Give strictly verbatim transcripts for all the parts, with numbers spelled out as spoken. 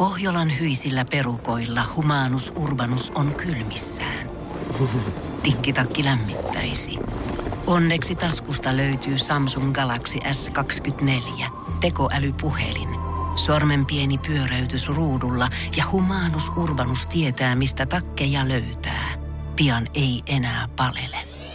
Pohjolan hyisillä perukoilla Humanus Urbanus on kylmissään. Tikkitakki lämmittäisi. Onneksi taskusta löytyy Samsung Galaxy S kaksikymmentäneljä, tekoälypuhelin. Sormen pieni pyöräytys ruudulla ja Humanus Urbanus tietää, mistä takkeja löytää. Pian ei enää palele.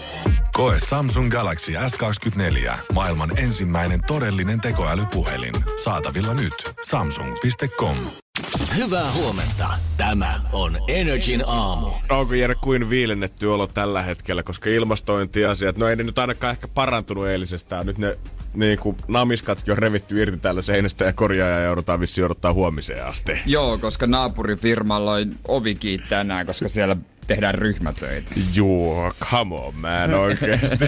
Koe Samsung Galaxy S kaksikymmentäneljä, maailman ensimmäinen todellinen tekoälypuhelin. Saatavilla nyt. samsung piste com. Hyvää huomenta. Tämä on Energin aamu. Onko Jere kuin viilennetty olo tällä hetkellä, koska ilmastointiasiat, no ei ne nyt ainakaan ehkä parantunut eilisestään. Nyt ne niin kuin namiskat jo revitty irti täällä seinästä ja korjaa ja joudutaan vissiin odottaa huomiseen asti. Joo, koska naapurifirmalla on ovi kiinni tänään, koska siellä tehdään ryhmätöitä. Joo, come on man, oikeesti.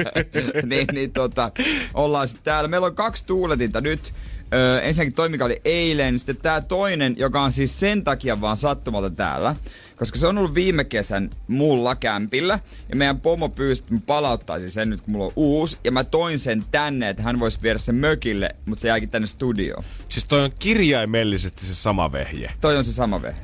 niin, niin tota, ollaan sitten täällä. Meillä on kaksi tuuletinta nyt. Öö, ensinnäkin toi, mikä oli eilen. Sitten tää toinen, joka on siis sen takia vaan sattumalta täällä. Koska se on ollut viime kesän mulla kämpillä. Ja meidän pomo pyysi, että mä palauttaisin sen nyt, kun mulla on uusi. Ja mä toin sen tänne, että hän voisi viedä sen mökille. Mutta se jääkin tänne studioon. Siis toi on kirjaimellisesti se sama vehje. Toi on se sama vehje.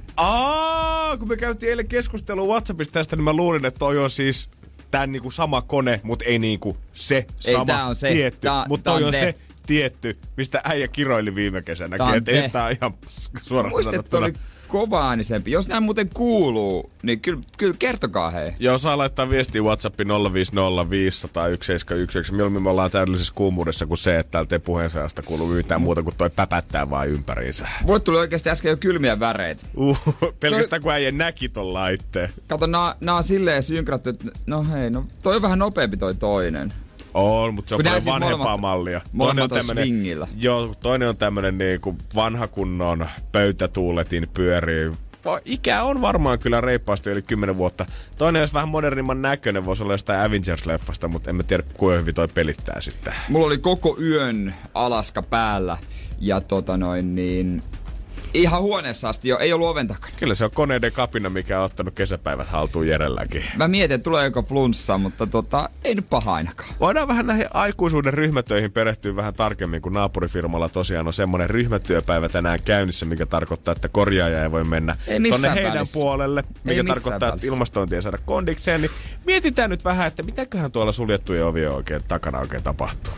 Aa, kun me käytiin eilen keskustelua WhatsAppista tästä, niin mä luulin, että toi on siis tän niinku sama kone, mutta ei niinku se ei, sama tää on se. tietty. Mutta toi on te. se tietty, mistä äijä kiroili viime kesänäkin. Että et tää on ihan suoraan muistat, sanottuna. Oli kova-äänisempi. Jos nämä muuten kuuluu, niin kyllä, kyllä kertokaa hei. Joo, saa laittaa viestiä WhatsAppin nolla viisi nolla viisi nolla yksi seitsemän yksi. Mieluummin me ollaan täydellisessä kuumuudessa kuin se, että täältä ei puheensaasta kuulu yhtään muuta kuin toi päpättää vaan ympäriinsä. Mulle tuli oikeasti äsken jo kylmiä väreitä. Uh, pelkästään kun äijä näki ton laitteen. Kato, nää, nää on silleen synkrattu, että no hei, no toi on vähän nopeampi toi toinen. On, mutta se on kun paljon siis vanhempaa molemmat, mallia. Molemmat toinen on tämmönen, swingillä. Joo, toinen on tämmönen niinku vanha kunnon pöytätuuletin pyörii. Ikä on varmaan kyllä reippaasti yli kymmenen vuotta. Toinen olisi vähän modernimman näköinen, voisi olla jostain Avengers-leffasta, mutta en mä tiedä kuinka hyvin toi pelittää sitten. Mulla oli koko yön Alaska päällä ja tota noin niin... Ihan huoneessa asti jo, ei ollut oven takana. Kyllä se on koneiden kapina, mikä on ottanut kesäpäivät haltuun Jerelläkin. Mä mietin, että tulee joko flunssa, mutta tota, ei nyt paha ainakaan. Voidaan vähän näihin aikuisuuden ryhmätöihin perehtyä vähän tarkemmin, kun naapurifirmalla tosiaan on semmoinen ryhmätyöpäivä tänään käynnissä, mikä tarkoittaa, että korjaaja ei voi mennä tonne heidän välissä. puolelle, mikä tarkoittaa, välissä. Että ilmastointia ei saada kondikseen. Niin mietitään nyt vähän, että mitäköhän tuolla suljettujen ovien oikein takana oikein tapahtuu.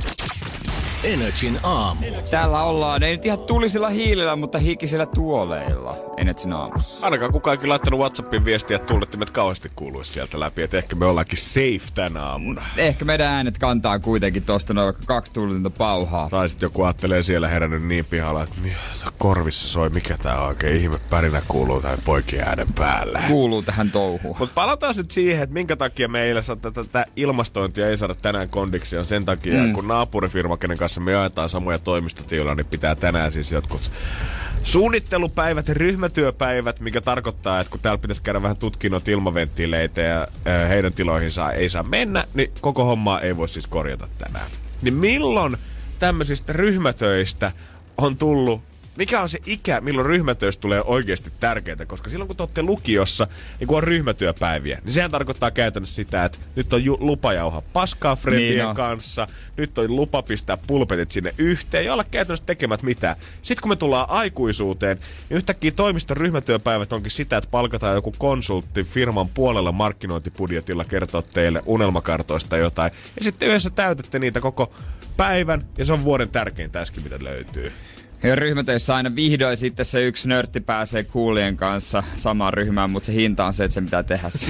Energin aamu. Täällä ollaan, ei nyt ihan tulisilla hiilillä, mutta hikisillä tuoleilla. Energin aamussa. Ainakaan kukaan ei laittanut WhatsAppin viestiä, että tuulettimet kauheasti kuuluisi sieltä läpi, että ehkä me ollaankin safe tänä aamuna. Ehkä meidän äänet kantaa kuitenkin tosta noin, vaikka kaksi tuuletinta pauhaa. Tai sit joku ajattelee siellä herännyt niin pihalla, että korvissa soi, mikä tää oikein ihme pärinä kuuluu tämän poikien äänen päällä. Kuuluu tähän touhuun. Mutta palataan nyt siihen, että minkä takia meillä tätä ilmastointia ei saada tänään kondiksi. On sen takia, mm. kun naapurifirma, kenen kanssa me jaetaan samoja toimistotiloja, niin pitää tänään siis jotkut suunnittelupäivät ja ryhmätyöpäivät, mikä tarkoittaa, että kun täällä pitäisi käydä vähän tutkinnot ilmaventtiileitä ja heidän tiloihinsa ei saa mennä, niin koko hommaa ei voi siis korjata tänään. Niin milloin tämmöisistä ryhmätöistä on tullut, mikä on se ikä, milloin ryhmätöistä tulee oikeasti tärkeää? Koska silloin kun te olette lukiossa, niin kun on ryhmätyöpäiviä, niin sehän tarkoittaa käytännössä sitä, että nyt on ju- lupa jauhaa paskaa friendien niin kanssa, nyt on lupa pistää pulpetit sinne yhteen ja olla käytännössä tekemät mitään. Sitten kun me tullaan aikuisuuteen, niin yhtäkkiä toimiston ryhmätyöpäivät onkin sitä, että palkataan joku konsultti firman puolella markkinointibudjetilla kertoa teille unelmakartoista jotain. Ja sitten yhdessä täytätte niitä koko päivän ja se on vuoden tärkein täskin, mitä löytyy. Ja ryhmätöissä aina vihdoin sitten se yksi nörtti pääsee kuulien kanssa samaan ryhmään, mutta se hinta on se, että se pitää tehdä se.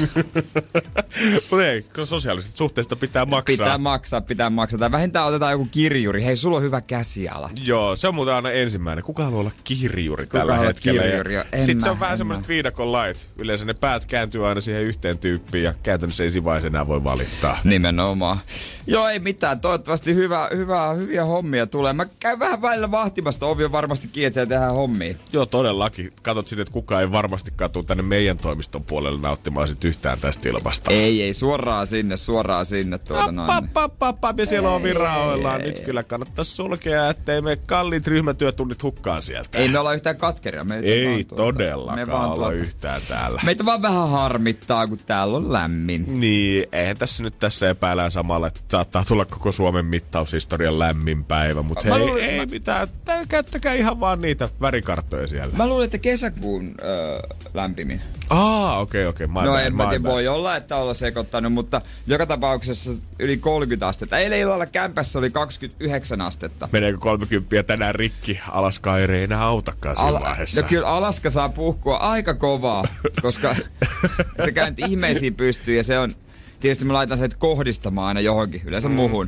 Mutta ei, koska sosiaalisista suhteista pitää maksaa. Pitää maksaa, pitää maksaa. Tai vähintään otetaan joku kirjuri. Hei, sulla on hyvä käsiala. Joo, se on muuten aina ensimmäinen. Kuka haluaa olla kirjuri Kuka tällä hetkellä? Sitten se on vähän semmoiset viidakon lait. Yleensä ne päät kääntyy aina siihen yhteen tyyppiin ja käytännössä ei siinä vaiheessa enää voi valittaa. Nimenomaan. Joo, ei mitään. Toivottavasti hyvä, hyvä, hyviä hommia tulee. Mä käyn vähän välillä vahtimasta. Ovi on varmasti kiinni, että tehdään hommia. Joo, todellakin. Katot sitten, että kukaan ei varmastikaan tule tänne meidän toimiston puolelle nauttimaan sit yhtään tästä ilmasta. Ei, ei. Suoraan sinne, suoraan sinne. Tuota noin. Pap, pap, pap, pap, ja siellä on virraoillaan. Nyt kyllä kannattaisi sulkea, ettei me kalliit ryhmätyötunnit hukkaan sieltä. Ei me olla yhtään katkeria. Meitä ei tuota, todellakaan me olla tuota, yhtään täällä. Meitä vaan vähän harmittaa, kun täällä on lämmin. Niin, eihän tässä nyt tässä epäillään samalla, että saattaa tulla koko Suomen mittaushistorian lämmin päivä. Mutta hei, luulin, ei mä... mitään. Käykää käyttäkää ihan vaan niitä värikarttoja siellä. Mä luulen, että kesäkuun öö, lämpimin. Aa, okei, okay, okei. Okay. No en mä tiedä, voi olla, että olla sekoittanut, mutta joka tapauksessa yli kolmekymmentä astetta. Eilen illalla kämpässä oli kaksikymmentäyhdeksän astetta. Meneekö kolmekymmentä tänään rikki? Alaska ei enää autakaan siinä Al- vaiheessa. No kyllä Alaska saa puhkua aika kovaa, koska se käy nyt ihmeisiin pystyy ja se on... Tietysti mä laitan sen kohdistamaan aina johonkin, yleensä mm. muhun.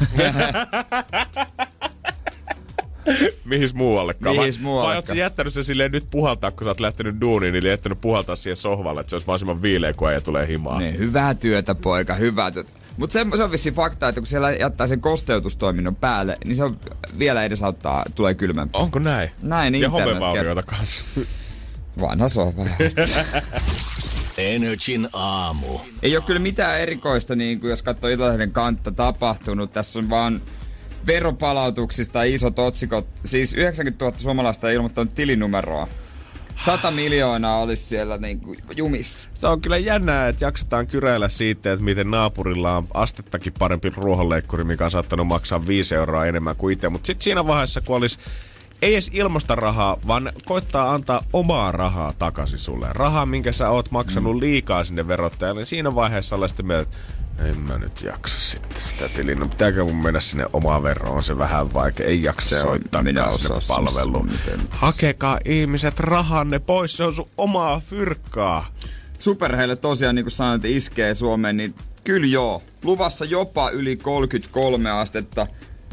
Mihis muuallekaan? Mihis muuallekaan? Vai ootko jättänyt sen silleen nyt puhaltaa, kun sä oot lähtenyt duuniin, niin jättänyt puhaltaa siihen sohvalle, että se olisi mahdollisimman viileä, kun ei tulee himaa? Niin, hyvää työtä, poika, hyvää työtä. Mutta se, se on vissiin fakta, että kun siellä jättää sen kosteutustoiminnon päälle, niin se on vielä edesauttaa, tulee kylmempi. Onko näin? Näin, ja homevaurioita kanssa. Vanha sohva. Energin aamu. Ei ole kyllä mitään erikoista, niin kuin jos katsoo Iltalehden kantta tapahtunut. Tässä on vaan veropalautuksista isot otsikot. Siis yhdeksänkymmentätuhatta suomalaista on ilmoittanut tilinumeroa. Sata miljoonaa olisi siellä niin kuin jumissa. Se on kyllä jännää, että jaksetaan kyräillä siitä, että miten naapurilla on astettakin parempi ruohonleikkuri, mikä on saattanut maksaa viisi euroa enemmän kuin itse. Mutta sitten siinä vaiheessa, kun olisi ei edes ilmasta rahaa, vaan koittaa antaa omaa rahaa takaisin sulle. Rahaa, minkä sä oot maksanut liikaa sinne verottajalle. Niin siinä vaiheessa olet sitten mieltä, että en mä nyt jaksa sitten sitä tiliä. No pitääkö mun mennä sinne omaan veroon? On se vähän vaikea. Ei jaksa soittaa sinne palveluun. Hakekaa ihmiset rahanne pois. Se on sun omaa fyrkkaa. Superheille tosiaan, niin kuin sanoin, että iskee Suomeen, niin kyllä joo. Luvassa jopa yli kolmekymmentäkolme astetta.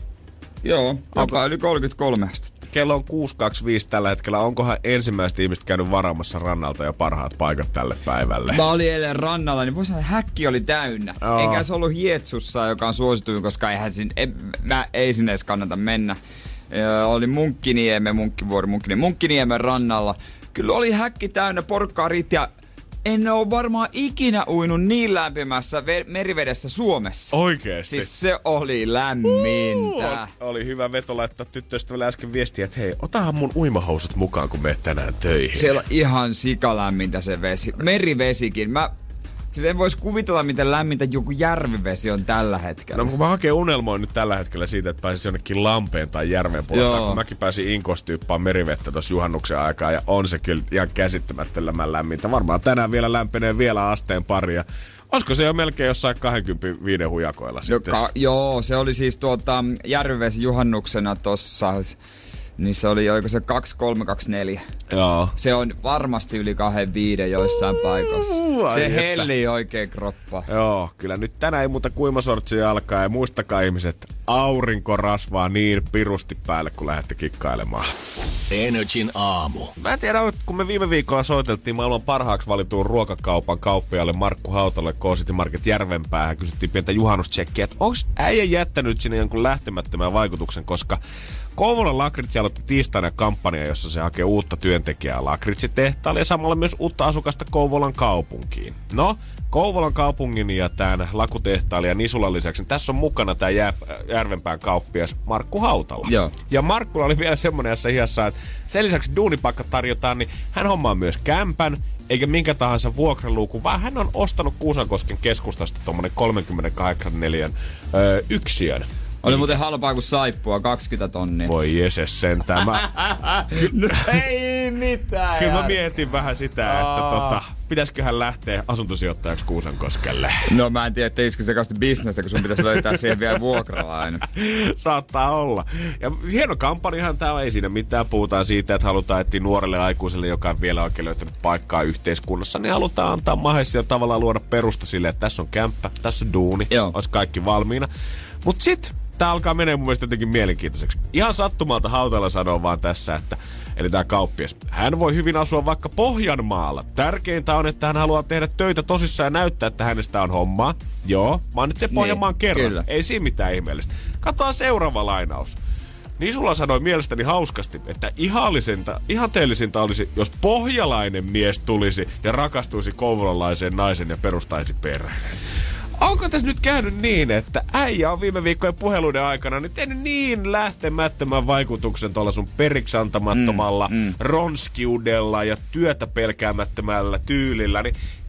Joo, jopa Onko? yli kolmekymmentäkolme astetta. Kello on kuusi kaksikymmentäviisi tällä hetkellä. Onkohan ensimmäiset ihmiset käynyt varaamassa rannalta ja parhaat paikat tälle päivälle? Mä olin eilen rannalla, niin voisi sanoa, että häkki oli täynnä. Oh. Eikä se ollut Hietsussa, joka on suosituin, koska eihän sinne, ei, mä, ei sinne edes kannata mennä. Ja oli Munkkiniemen, Munkkivuori, Munkkiniemen, Munkkiniemen rannalla. Kyllä oli häkki täynnä, porukkaa riitti ja en ole varmaan ikinä uinut niin lämpimässä ve- merivedessä Suomessa. Oikeesti? Siis se oli lämmintä. Uh, oli hyvä veto laittaa tyttöystävälle äsken viestiä, että hei, otahan mun uimahousut mukaan, kun meet tänään töihin. Siellä on ihan sikalämmintä se vesi. Merivesikin. Mä Siis en vois kuvitella, miten lämmintä joku järvivesi on tällä hetkellä. No kun mä hakeen unelmoin nyt tällä hetkellä siitä, että pääsis jonnekin lampeen tai järven puolella. Kun mäkin pääsin inkostyyppaan merivettä tuossa juhannuksen aikaa ja on se kyllä ihan käsittämättömän lämmintä. Varmaan tänään vielä lämpenee vielä asteen paria. Olisiko se jo melkein jossain kaksikymmentäviisi hujakoilla sitten? Joka, joo, se oli siis tuota järvivesi juhannuksena tossa. Niin se oli, oliko se kaksi kolme kaksi neljä? Joo. Se on varmasti yli kahden viiden joissain paikoissa. Uh, se hellii oikein kroppaa. Joo, kyllä nyt tänään ei muuta kuimasortsia alkaa. Ja muistakaa ihmiset, aurinko rasvaa niin pirusti päälle, kun lähdette kikkailemaan. Energin aamu. Mä en tiedä, kun me viime viikolla soiteltiin maailman parhaaksi valituun ruokakaupan kauppiaalle Markku Hautalle K City Market Järvenpäähän. Kysyttiin pientä juhannustsekkiä, että onko äijä jättänyt sinne jonkun lähtemättömän vaikutuksen, koska Kouvolan Lakritsi aloitti tiistaina kampanja, jossa se hakee uutta työntekijää Lakritsitehtaalle ja samalla myös uutta asukasta Kouvolan kaupunkiin. No, Kouvolan kaupungin ja tämän lakutehtaali ja Nisulan lisäksi niin tässä on mukana tämä Järvenpään kauppias Markku Hautala. Joo. Ja Markkulla oli vielä semmoinen tässä ihassa, että sen lisäksi duunipaikka tarjotaan, niin hän hommaa myös kämpän, eikä minkä tahansa vuokraluukun, vaan hän on ostanut Kuusankosken keskustasta tommonen kolmekymmentäkahdeksan neliön öö, yksiön. Oli muuten halpaa kuin saippua, kaksikymmentä tonnia. Voi jeses sentään. Mä... no, ei mitään. Kyllä mä mietin vähän sitä, että tota, pitäisiköhän lähteä asuntosijoittajaksi Kuusankoskelle. No mä en tiedä, teisikö se kauheasti bisnestä, kun sun pitäisi löytää siihen vielä vuokralainen. Saattaa olla. Ja hieno kampanjahan tää on, ei siinä mitään. Puhutaan siitä, että halutaan etsiä nuorelle aikuiselle, joka on vielä oikein löytänyt paikkaa yhteiskunnassa, niin halutaan antaa mahdollisuus tavallaan luoda perusta sille, että tässä on kämppä, tässä on duuni, olisi kaikki valmiina. Mut sit tää alkaa menee mun mielestä jotenkin mielenkiintoiseksi. Ihan sattumalta Hautala sanoo vaan tässä, että eli tää kauppias, hän voi hyvin asua vaikka Pohjanmaalla. Tärkeintä on, että hän haluaa tehdä töitä tosissaan ja näyttää, että hänestä on hommaa. Joo, mainitsen Pohjanmaan niin, kerran. Kyllä. Ei siinä mitään ihmeellistä. Katsotaan seuraava lainaus. Niin sulla sanoi mielestäni hauskasti, että ihallisinta, ihanteellisinta olisi, jos pohjalainen mies tulisi ja rakastuisi kouvolalaiseen naisen ja perustaisi perheen. Onko tässä nyt käynyt niin, että äijä on viime viikkojen puheluiden aikana nyt tehnyt niin lähtemättömän vaikutuksen tuolla sun periksi antamattomalla mm, mm. ronskiudella ja työtä pelkäämättömällä tyylillä, niin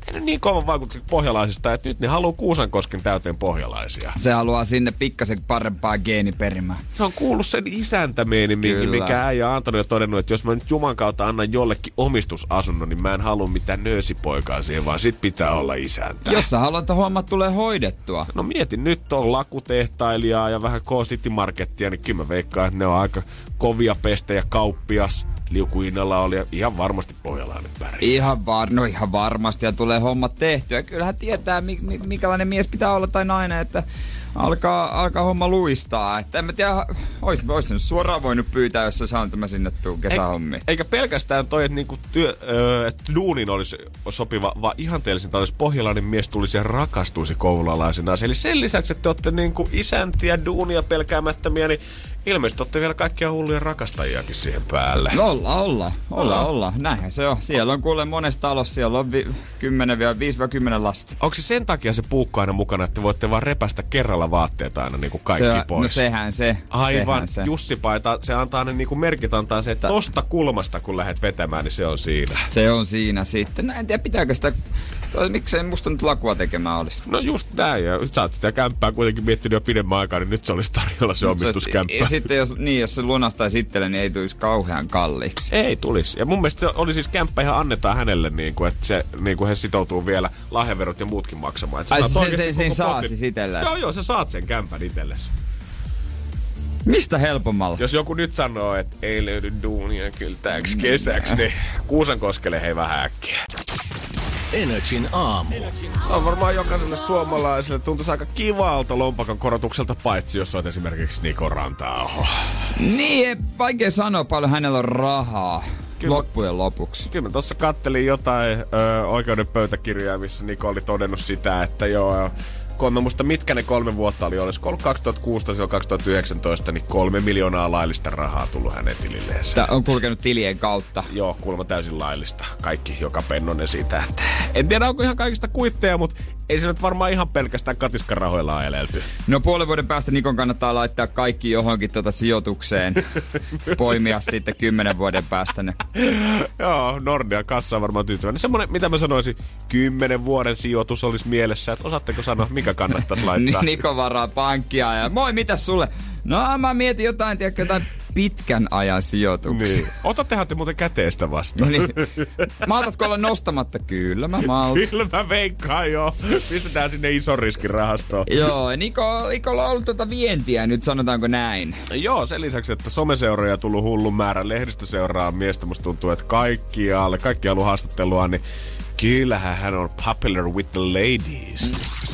niin kovan vaikutuksen pohjalaisista, että nyt ne haluaa Kuusankosken täyteen pohjalaisia. Se haluaa sinne pikkasen parempaa geeniperimää. Se on kuullut sen isäntämeeni, mikä äijä on antanut ja todennut, että jos mä nyt Juman kautta annan jollekin omistusasunnon, niin mä en halua mitään nöösipoikaa siihen, vaan sit pitää olla isäntä. Jos sä haluat, että hommat tulee hoidettua. No mietin, nyt on lakutehtailijaa ja vähän K-City Markettia, niin kyllä mä veikkaan, että ne on aika kovia pestejä, kauppias. Liukuhinnalla oli ihan varmasti pohjalainen pärjää. Ihan, var, no ihan varmasti ja tulee hommat tehtyä. Kyllähän tietää, mi, mi, minkälainen mies pitää olla tai nainen, että alkaa, alkaa homma luistaa. Että en mä tiedä, ois, ois sen suoraan voinut pyytää, jos se saanut mä sinne tuun kesähommiin. Eikä pelkästään toi, että niinku työ, ö, et duunin olisi sopiva, vaan ihanteellisinta olisi pohjalainen mies tulisi ja rakastuisi koululaisena. Eli sen lisäksi, että te olette niinku isäntiä, duunia pelkäämättömiä, niin ilmeisesti olette vielä kaikkia hulluja rakastajiakin siihen päälle. No olla, olla, olla, olla. Näinhän se on. Siellä on kuule monessa talossa, siellä on vi- viisi kymmenen lasta. Onko se sen takia se puukko aina mukana, että voitte vaan repästä kerralla vaatteet aina niinku kaikki se, pois? No sehän se. Aivan, sehän se. Jussipaita, se antaa ne niinku merkit, antaa se, että tosta kulmasta kun lähdet vetämään, niin se on siinä. Se on siinä sitten. En tiedä, pitääkö sitä, toi, miksei musta nyt lakua tekemään olisi. No just näin, ja sä oot sitä kämppää kuitenkin miettinyt jo pidemmän aikaa, niin nyt se olisi tarjolla se omistuskämppä. Ja sitten jos, niin, jos se lunastaisi itselle, niin ei tulisi kauhean kalliiksi. Ei tulisi. Ja mun mielestä se oli siis kämppä ihan annetaan hänelle, niin kuin, että se, niin kuin he sitoutuu vielä lahjaverot ja muutkin maksamaan. Että ai se, se, sen saa siis itselleen? Joo, joo, sä saat sen kämpän itsellesi. Mistä helpommalla? Jos joku nyt sanoo, että ei löydy duunia kyllä täksi kesäksi, niin Kuusankoskelle hei vähän äkkiä. Energin aamu. Se on varmaan jokaiselle suomalaiselle tuntuisi aika kivalta lompakan korotukselta, paitsi jos olet esimerkiksi Niko Ranta-aho. Niin, vaikea sanoa paljon hänellä on rahaa. Kyllä, loppujen lopuksi. Kyllä mä tossa kattelin jotain ö, oikeuden pöytäkirjaa, missä Niko oli todennut sitä, että joo, kun mä muista mitkä ne kolme vuotta oli, olisiko ollut kaksituhattakuusitoista kaksituhattayhdeksäntoista, niin kolme miljoonaa laillista rahaa tullut hänen tililleensä. Tää on kulkenut tilien kautta. Joo, kuulemma täysin laillista. Kaikki joka pennonen siitä. Että en tiedä, onko ihan kaikista kuitteja, mutta ei se nyt varmaan ihan pelkästään katiskarahoilla elelty. No puolen vuoden päästä Nikon kannattaa laittaa kaikki johonkin tuota sijoitukseen. Poimia sitten kymmenen vuoden päästä ne. Joo, Nordea kassa on varmaan tyytyväinen. Semmoinen, mitä mä sanoisin, kymmenen vuoden sijoitus olisi mielessä. Että osaatteko sanoa, mikä kannattaisi laittaa? Niko varaa pankkia ja moi, mitäs sulle? No mä mietin jotain, tiedätkö, jotain pitkän ajan sijoituksia. Niin. Otattehan te muuten käteestä vastaan. No niin. Maltatko olla nostamatta? Kyllä mä maltan. Kyllä mä veikkaan joo. Pistetään sinne ison riskin rahastoon. Joo, Niko, Nikolla on ollut tuota vientiä nyt, sanotaanko näin. Joo, sen lisäksi, että someseuraaja tullut hullun määrän, lehdistöseuraa miestä, musta tuntuu, että kaikkialle, kaikki haluaa haastattelua, niin kyllähän hän on popular with the ladies.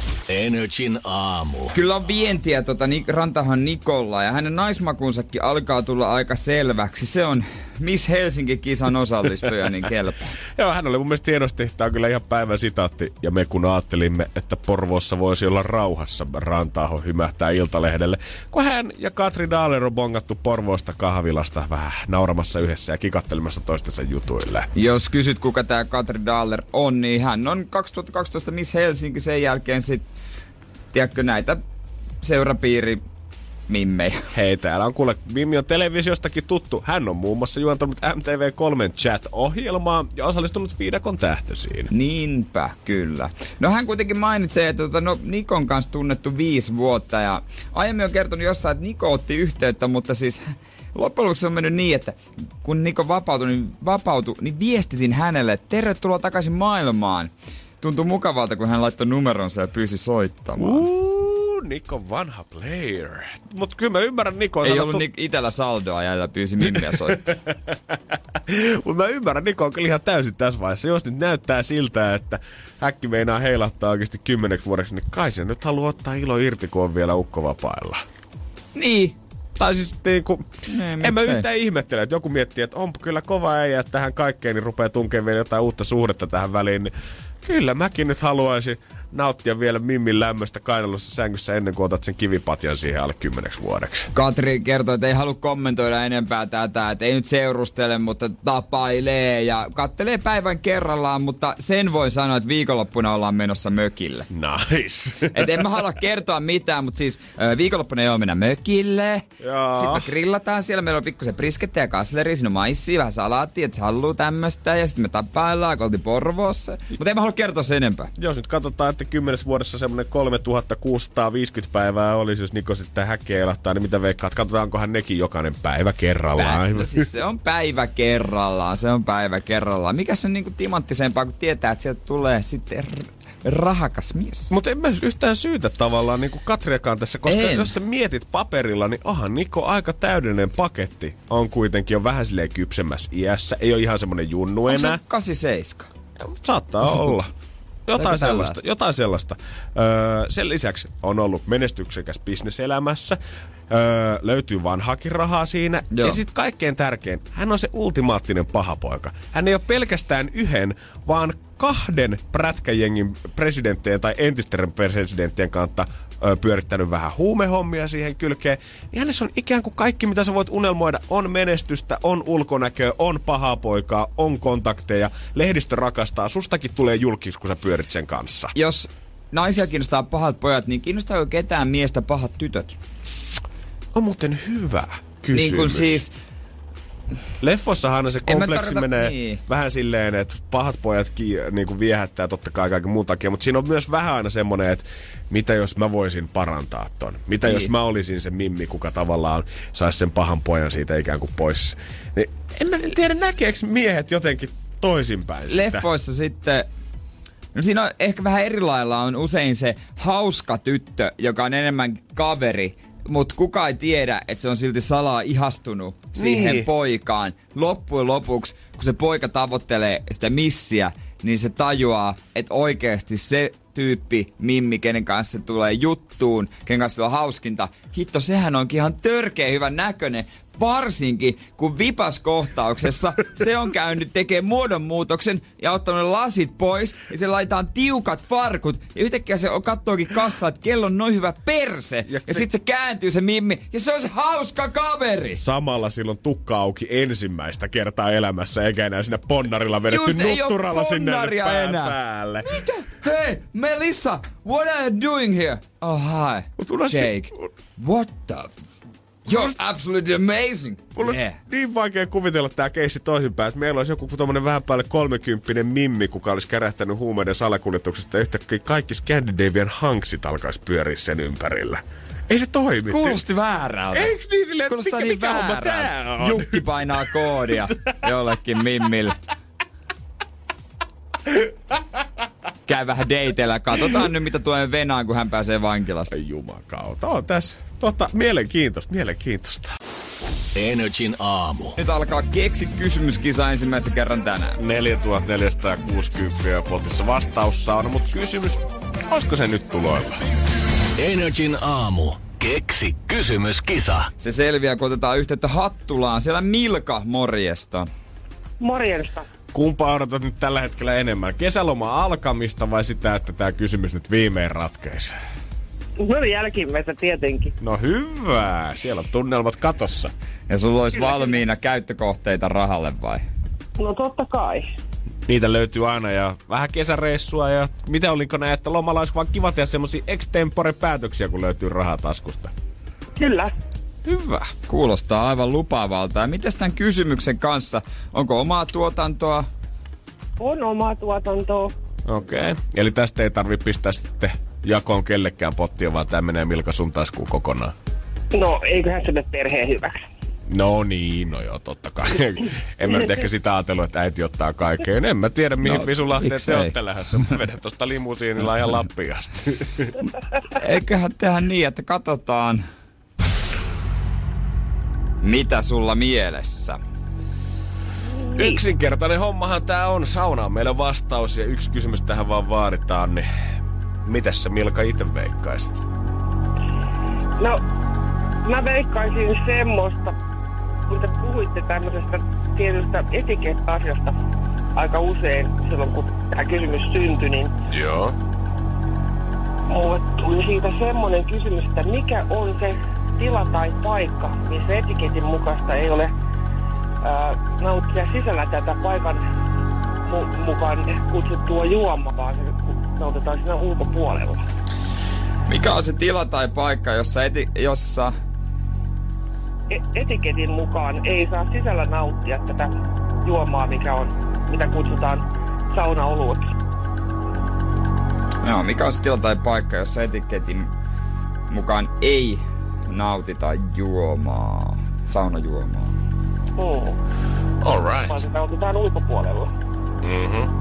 Energin aamu. Kyllä on vientiä tota Nik- Rantahan Nikolla ja hänen naismakunsakin alkaa tulla aika selväksi. Se on Miss Helsinki-kisan osallistuja, niin kelpaa. Joo, hän oli mun mielestä hienosti. Tää on kyllä ihan päivän sitaatti. Ja me kun ajattelimme, että Porvoossa voisi olla rauhassa, Ranta-aho hymähtää Iltalehdelle. Kun hän ja Katri Dahler on bongattu Porvoosta kahvilasta vähän nauramassa yhdessä ja kikattelemassa toistensa jutuille. Jos kysyt, kuka tää Katri Dahler on, niin hän on kaksituhattakaksitoista Miss Helsinki, sen jälkeen sit, tiedätkö, näitä seurapiiri mimmejä. Hei, täällä on kuule, Mimmi on televisiostakin tuttu. Hän on muun muassa juontanut M T V kolme Chat-ohjelmaa ja osallistunut Viidakon tähtösiin. Niinpä, kyllä. No hän kuitenkin mainitsee, että tota, no, Nikon kanssa tunnettu viisi vuotta ja aiemmin on kertonut jossain, että Niko otti yhteyttä, mutta siis loppujen lopuksi on mennyt niin, että kun Niko vapautui, niin, vapautui, niin viestitin hänelle, että tervetuloa takaisin maailmaan. Tuntui mukavalta, kun hän laittoi numeronsa ja pyysi soittamaan. Uh. Niko vanha player. Mut kyllä mä ymmärrän Nikoa. Ei ollut Nik- itellä saldoa ja pyysi mimmiä soittaa. Mut mä ymmärrän Nikoa kyllä ihan täysin tässä vaiheessa. Jos nyt näyttää siltä, että häkki meinaa heilahtaa oikeasti kymmeneksi vuodeksi, niin kai se nyt haluaa ottaa ilo irti, kun on vielä ukkovapailla. Niin. Tai siis niinku, Ei, en mä yhtään ihmettele, että joku miettii, että onpa kyllä kova äijä, että tähän kaikkeen niin rupeaa tunkemaan vielä jotain uutta suhdetta tähän väliin, niin kyllä mäkin nyt haluaisin nauttia vielä Mimmin lämmöstä kainalossa sängyssä ennen kuin otat sen kivipatjan siihen alle kymmeneksi vuodeksi. Katri kertoi, että ei halua kommentoida enempää tätä, että ei nyt seurustele, mutta tapailee ja kattelee päivän kerrallaan, mutta sen voi sanoa, että viikonloppuna ollaan menossa mökille. Nice. Et en mä halua kertoa mitään, mutta siis viikonloppuna ei ole mennä mökille. Jaa. Sitten me grillataan siellä, meillä on pikkusen briskettä ja kasleri, siinä on maissia, vähän salaattia, että se haluaa tämmöstä ja sitten me tapaillaan, kun oltiin Porvoossa. Mutta en mä halua No kertois enempää. Jos nyt katsotaan, että kymmenessä vuodessa semmoinen kolmetuhattakuusisataaviisikymmentä päivää olisi, jos Niko sitten häkeä elahtaa, niin mitä veikkaat? Katsotaankohan nekin jokainen päivä kerrallaan? Pä, siis se on päivä kerrallaan, se on päivä kerrallaan. Mikä se on niinku timanttisempaa, kun tietää, että sieltä tulee sitten rahakas mies. Mutta en mä yhtään syytä tavallaan niin kuin Katriakaan tässä, koska en. jos sä mietit paperilla, niin onhan Niko aika täydellinen paketti. On kuitenkin jo vähän silleen kypsemmässä iässä. Ei ole ihan semmonen junnu enää. Onko se kahdeksankymmentäseitsemän? Saattaa Onko olla. Jotain sellaista, tällaista? jotain sellaista. Öö, sen lisäksi on ollut menestyksekäs bisneselämässä. Öö, löytyy vanhaakin rahaa siinä. Joo. Ja sitten kaikkein tärkein, hän on se ultimaattinen pahapoika. Hän ei ole pelkästään yhden, vaan kahden prätkäjengin presidenttien tai entisten presidenttien kanssa öö, pyörittänyt vähän huumehommia siihen kylkeen. Niin hänessä on ikään kuin kaikki, mitä sä voit unelmoida. On menestystä, on ulkonäköä, on pahapoikaa, on kontakteja. Lehdistö rakastaa. Sustakin tulee julkis, kun sä pyörit sen kanssa. Jos naisia kiinnostaa pahat pojat, niin kiinnostaako ketään miestä pahat tytöt? On muuten hyvä kysymys. Niin kuin siis... Leffossahan aina se kompleksi tarkoita- menee niin. vähän silleen, että pahat pojat ki- niinku viehättää totta kai kaiken muun takia, mutta siinä on myös vähän aina semmoinen, että mitä jos mä voisin parantaa ton? Mitä niin. jos mä olisin se mimmi, kuka tavallaan saisi sen pahan pojan siitä ikään kuin pois? Niin en mä tiedä, näkeekö miehet jotenkin toisinpäin sitä? Leffoissa sitten... No siinä on ehkä vähän eri lailla on usein se hauska tyttö, joka on enemmän kaveri, mutta kukaan ei tiedä, että se on silti salaa ihastunut siihen Niin. poikaan. Loppujen lopuksi, kun se poika tavoittelee sitä missiä, niin se tajuaa, että oikeasti se tyyppi, mimmi, kenen kanssa se tulee juttuun, kenen kanssa se on hauskinta, hitto, sehän onkin ihan törkeä hyvän näköinen. Varsinkin, kun vipaskohtauksessa se on käynyt tekemään muodonmuutoksen ja ottanut ne lasit pois, ja se laitetaan tiukat farkut, ja yhtäkkiä se kattookin kassaa, että kello on noin hyvä perse, ja, Ja ja se- sit se kääntyy se mimmi, ja se on se hauska kaveri! Samalla silloin tukka auki ensimmäistä kertaa elämässä, eikä enää sinne ponnarilla vedetty Just, ei oo nutturalla sinne ponnaria pään enää. päälle. Mitä? Hei, Melissa, what are you doing here? Oh, hi. Mut unohti- Jake, what the... You're absolutely amazing! Mulla Yeah. olisi niin vaikea kuvitella tää keissi toisinpäin, että meillä olisi joku tommonen vähän päälle kolmekymppinen mimmi, kuka olisi kärähtänyt huumeiden salakuljetuksesta ja yhtäkkiä kaikki Scandinavian hanksit alkaisi pyöriä sen ympärillä. Ei se toimi. Kuulosti väärältä. Eiks niin silleen, että Kuulostaa mikä, niin mikä homma väärältä. tää on? Jukki painaa koodia jollekin mimmille. Käy vähän dateilla. Katsotaan nyt, mitä tulee Venaan, kun hän pääsee vankilasta. Ei jumakauta. On tässä tota, mielenkiintoista, mielenkiintoista. Energin aamu. Nyt alkaa keksi kysymyskisa ensimmäisen kerran tänään. neljätuhattaneljäsataakuusikymmentä potissa vastaus saada, mutta kysymys, olisiko se nyt tuloilla? Energin aamu. Keksi kysymyskisa. Se selviää, kun otetaan yhteyttä Hattulaan. Siellä Milka, morjesta. Morjesta. Kumpaa odotat nyt tällä hetkellä enemmän? Kesäloma alkamista vai sitä, että tämä kysymys nyt viimein ratkeisi? No jälkimmäistä tietenkin. No hyvä, siellä on tunnelmat katossa. Ja sulla olisi valmiina käyttökohteita rahalle vai? No totta kai. Niitä löytyy aina ja vähän kesäreissua ja mitä olinko näin, että lomalla olisi vaan kiva tehdä semmosia extempore päätöksiä, kun löytyy rahaa taskusta. Kyllä. Hyvä. Kuulostaa aivan lupaavalta. Ja mites tämän kysymyksen kanssa? Onko omaa tuotantoa? On omaa tuotantoa. Okei. Okay. Eli tästä ei tarvi pistää sitten jakoon kellekään pottia, vaan tää menee Milka sun taskuun kokonaan. No eiköhän se mene perheen hyväksi. No niin, no joo, totta kai. En mä nyt ehkä sitä ajatellut, että äiti ottaa kaikkeen. En mä tiedä, mihin No, Visulahteen te miksei? olette lähdössä. Mä vedän tosta limusiinilla ihan Lappiin asti. Eiköhän tehdä niin, että katsotaan, mitä sulla mielessä. Yksinkertainen hommahan tää on. Sauna on meillä vastaus ja yksi kysymys tähän vaan vaaditaan. Niin mitäs sä Milka itse veikkaisit? No, mä veikkaisin semmoista, kun te puhuitte tämmöisestä tietystä etiketta-asiasta aika usein silloin, kun tämä kysymys syntyi, niin Joo. mulle tuli siitä semmoinen kysymys, että mikä on se tila tai paikka, missä etiketin mukaista ei ole ää, nauttia sisällä tätä paikan mu- mukaan kutsuttua juomaa, vaan se nautitaan siinä ulkopuolella. Mikä on se tila tai paikka, jossa, eti, jossa E- etiketin mukaan ei saa sisällä nauttia tätä juomaa, mikä on, mitä kutsutaan saunaolueksi. No, mikä on se tila tai paikka, jossa etiketin mukaan ei nautita juomaa, saunajuomaa? Oh. All right. Vaan se nautitaan ulkopuolella. Mhm.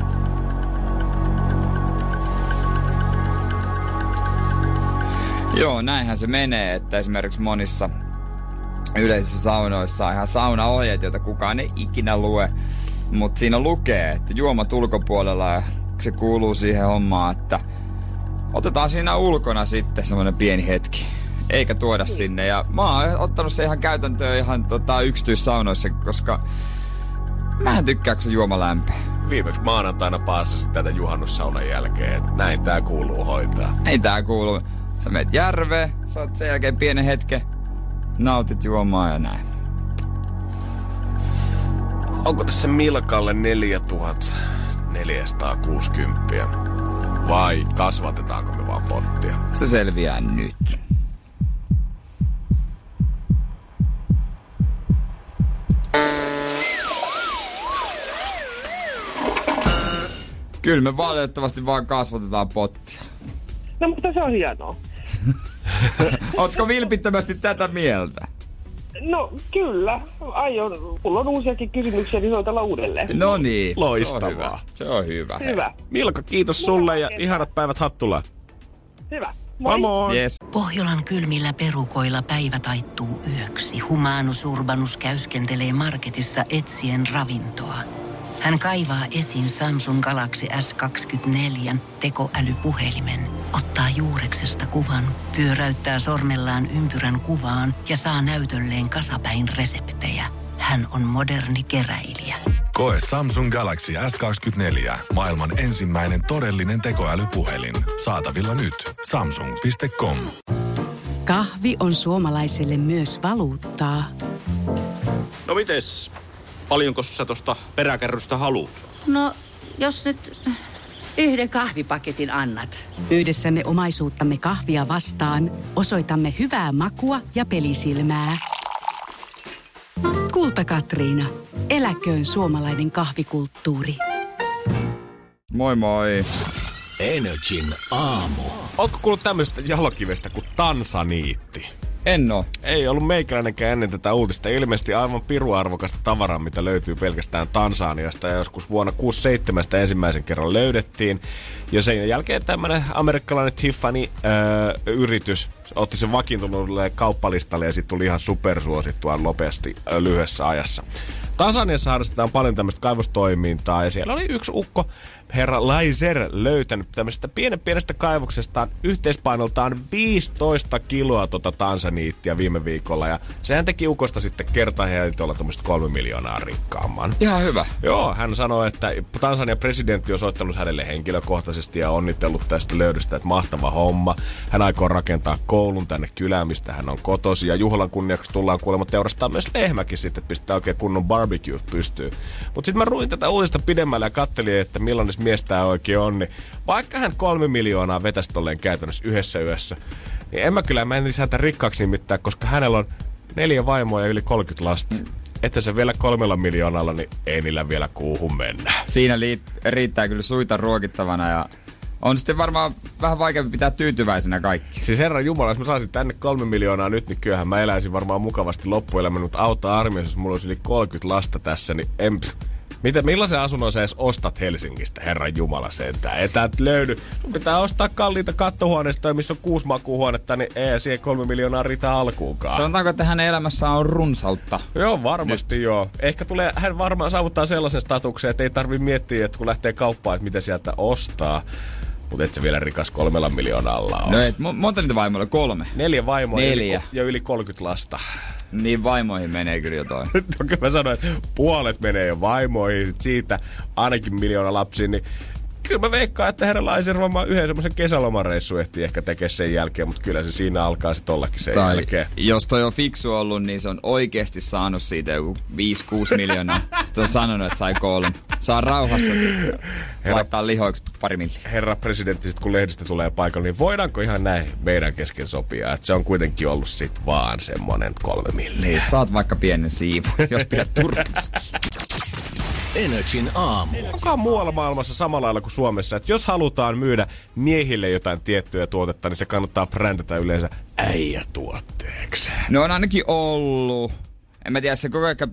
Joo, näinhän se menee, että esimerkiksi monissa yleisissä saunoissa on ihan saunaohjeet, joita kukaan ei ikinä lue. Mutta siinä lukee, että juomat ulkopuolella ja se kuuluu siihen hommaan, että otetaan siinä ulkona sitten semmoinen pieni hetki. Eikä tuoda sinne. Ja mä oon ottanut se ihan käytäntöön ihan tota, yksityissaunoissa, koska mä en tykkää, kun se juoma lämpää. Viimeksi maanantaina paassasin tätä juhannussaunan jälkeen, että näin tää kuuluu hoitaa. Ei tää kuulu. Sä menet järveen, saat sen jälkeen pienen hetken, nautit juomaa ja näin. Onko tässä Milkalle neljätuhattaneljäsataakuusikymmentä? Vai kasvatetaanko me vaan pottia? Se selviää nyt. Kyllä me valitettavasti vaan kasvatetaan pottia. No, mutta se on hienoa. Ootko vilpittömästi tätä mieltä? No, kyllä. Aion. Mulla on uusiakin kysymyksiä, niin soitella uudelleen. No niin. Loistavaa. Se on hyvä. Se on hyvä. Hyvä. Milka, kiitos sulle ja ihanat päivät Hattulaan. Hyvä. Moi moi! Yes. Pohjolan kylmillä perukoilla päivä taittuu yöksi. Humanus Urbanus käyskentelee marketissa etsien ravintoa. Hän kaivaa esiin Samsung Galaxy S kaksikymmentäneljä tekoälypuhelimen, ottaa juureksesta kuvan, pyöräyttää sormellaan ympyrän kuvaan ja saa näytölleen kasapäin reseptejä. Hän on moderni keräilijä. Koe Samsung Galaxy S kaksikymmentäneljä. Maailman ensimmäinen todellinen tekoälypuhelin. Saatavilla nyt. samsung piste com. Kahvi on suomalaiselle myös valuuttaa. No mites? Paljonko sä tosta peräkärrystä haluat? No, jos nyt yhden kahvipaketin annat. Yhdessämme omaisuuttamme kahvia vastaan osoitamme hyvää makua ja pelisilmää. Kulta Katriina. Eläköön suomalainen kahvikulttuuri. Moi moi. Energin aamu. Ootko kuullut tämmöistä jalokivestä kuin tansaniitti? En oo. Ei ollut meikäläinenkään ennen tätä uutista. Ilmeisesti aivan piruarvokasta tavaraa, mitä löytyy pelkästään Tansaniasta. Ja joskus vuonna kuusikymmentäseitsemän ensimmäisen kerran löydettiin. Ja sen jälkeen tämmönen amerikkalainen Tiffany-yritys otti sen vakiintuneelle kauppalistalle ja sitten tuli ihan supersuosittua nopeasti ö, lyhyessä ajassa. Tansaniassa harrastetaan paljon tämmöistä kaivostoimintaa ja siellä oli yksi ukko, herra Laiser, löytänyt tämmöisestä pienen pienestä kaivoksestaan yhteispainoltaan viisitoista kiloa tota tansaniittia viime viikolla. Ja sehän teki ukosta sitten kertaheitolla tämmöistä kolme miljoonaa rikkaamman. Ihan hyvä. Joo, hän sanoi, että Tansanian presidentti on soittanut hänelle henkilökohtaisesti ja onnitellut tästä löydöstä, että mahtava homma. Hän aikoo rakentaa koulun tänne kylään, mistä hän on kotosi. Ja juhlan kunniaksi tullaan kuulemma teurastaa myös lehmäkin sitten, että pistää oikein kunnon barbecue pystyy. Mutta sitten mä ruin tätä uudesta pidemmälle ja kattelin, että millainen mies tää oikein on. Niin vaikka hän kolme miljoonaa vetäisi tolleen käytännössä yhdessä yössä, niin en mä kyllä mä en lisätä rikkaaksi nimittäin, koska hänellä on neljä vaimoa ja yli kolmekymmentä lasta. Mm. Että se vielä kolmella miljoonalla, niin ei niillä vielä kuuhun mennä. Siinä liit- riittää kyllä suita ruokittavana ja on sitten varmaan vähän vaikeampi pitää tyytyväisenä kaikki. Siis herran jumala, jos mä saisin tänne kolme miljoonaa nyt, niin kyllähän mä eläisin varmaan mukavasti loppuelämän, mutta auttaa armiassa, jos mulla olisi yli kolmekymmentä lasta tässä, niin en... Mitä, millaisen asunnon sä edes ostat Helsingistä, herran jumala sentään? Ei täältä löydy. Sun pitää ostaa kalliita kattohuoneista, missä on kuusi makuuhuonetta, niin ei siihen kolme miljoonaa riitä alkuunkaan. Sanotaanko, että hänen elämässään on runsautta? Joo, varmasti nyt. Joo. Ehkä tulee, hän varmaan saavuttaa sellaisen statuksen, että ei tarvitse miettiä, että kun lähtee kauppaan, että mitä sieltä ostaa. Mutta et se vielä rikas kolmella miljoonalla on. No et, monta niitä vaimoilla? Kolme? Neljä vaimoa Neljä. Ja, yli, ja yli kolmekymmentä lasta. Niin vaimoihin menee kyllä jotain. Kyllä mä sanoin, että puolet menee jo vaimoihin, siitä ainakin miljoona lapsiin, niin kyllä mä veikkaan, että herra Laiser varmaan yhden semmoisen kesälomareissu ehtii ehkä tekee sen jälkeen, mutta kyllä se siinä alkaa sitten ollakin sen tai jälkeen. Jos toi on fiksu ollut, niin se on oikeasti saanut siitä joku viisi kuusi miljoonaa. Sitten on sanonut, että sai kolme. Saa rauhassa herra, laittaa lihoiksi pari milliä. Herra presidentti, sit kun lehdistä tulee paikalle, niin voidaanko ihan näin meidän kesken sopia? Että se on kuitenkin ollut sit vaan semmonen kolme milliä. Niin, saat vaikka pienen siivun, jos pidät turkiskin. Energin aamu. Onko muualla maailmassa samalla lailla kuin Suomessa, että jos halutaan myydä miehille jotain tiettyä tuotetta, niin se kannattaa brändätä yleensä äijätuotteeksi. No on ainakin ollut. En mä tiedä, se koko aika...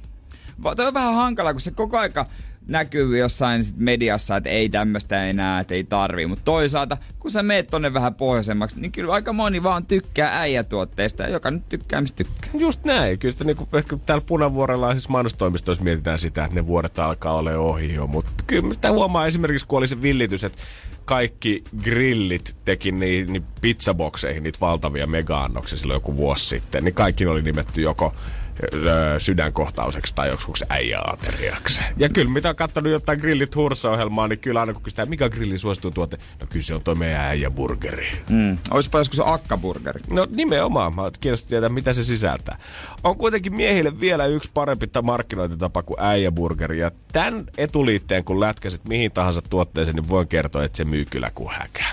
Toi on vähän hankala, kun se koko aika näkyy jossain sit mediassa, että ei tämmöstä enää, että ei tarvii. Mutta toisaalta, kun sä meet tonne vähän pohjoisemmaksi, niin kyllä aika moni vaan tykkää äijätuotteista, joka nyt tykkää, mistä tykkää. Just näin. Kyllä sitä niinku, täällä Punavuorella siis mainostoimistoissa mietitään sitä, että ne vuodet alkaa olla ohi jo. Mutta kyllä sitä huomaa esimerkiksi, kun oli se villitys, että kaikki grillit teki niin, niin pizzabokseihin niitä valtavia mega-annoksia silloin joku vuosi sitten. Niin kaikki oli nimetty joko sydänkohtaukseksi tai joksikuksi äijäateriaksi. Ja kyllä, mitä on kattonut jotain grillit hursa-ohjelmaa, niin kyllä aina kun kysytään, mikä on grillin suosituin tuote, no kyllä se on toi meidän äijäburgeri. Mm. Oispa joskus akkaburgeri. No nimenomaan, mä kiinnostaa tietää, mitä se sisältää. On kuitenkin miehille vielä yksi parempi markkinointitapa kuin äijäburgeri, ja tämän etuliitteen kun lätkäset mihin tahansa tuotteeseen, niin voin kertoa, että se myy kyllä kuin häkä.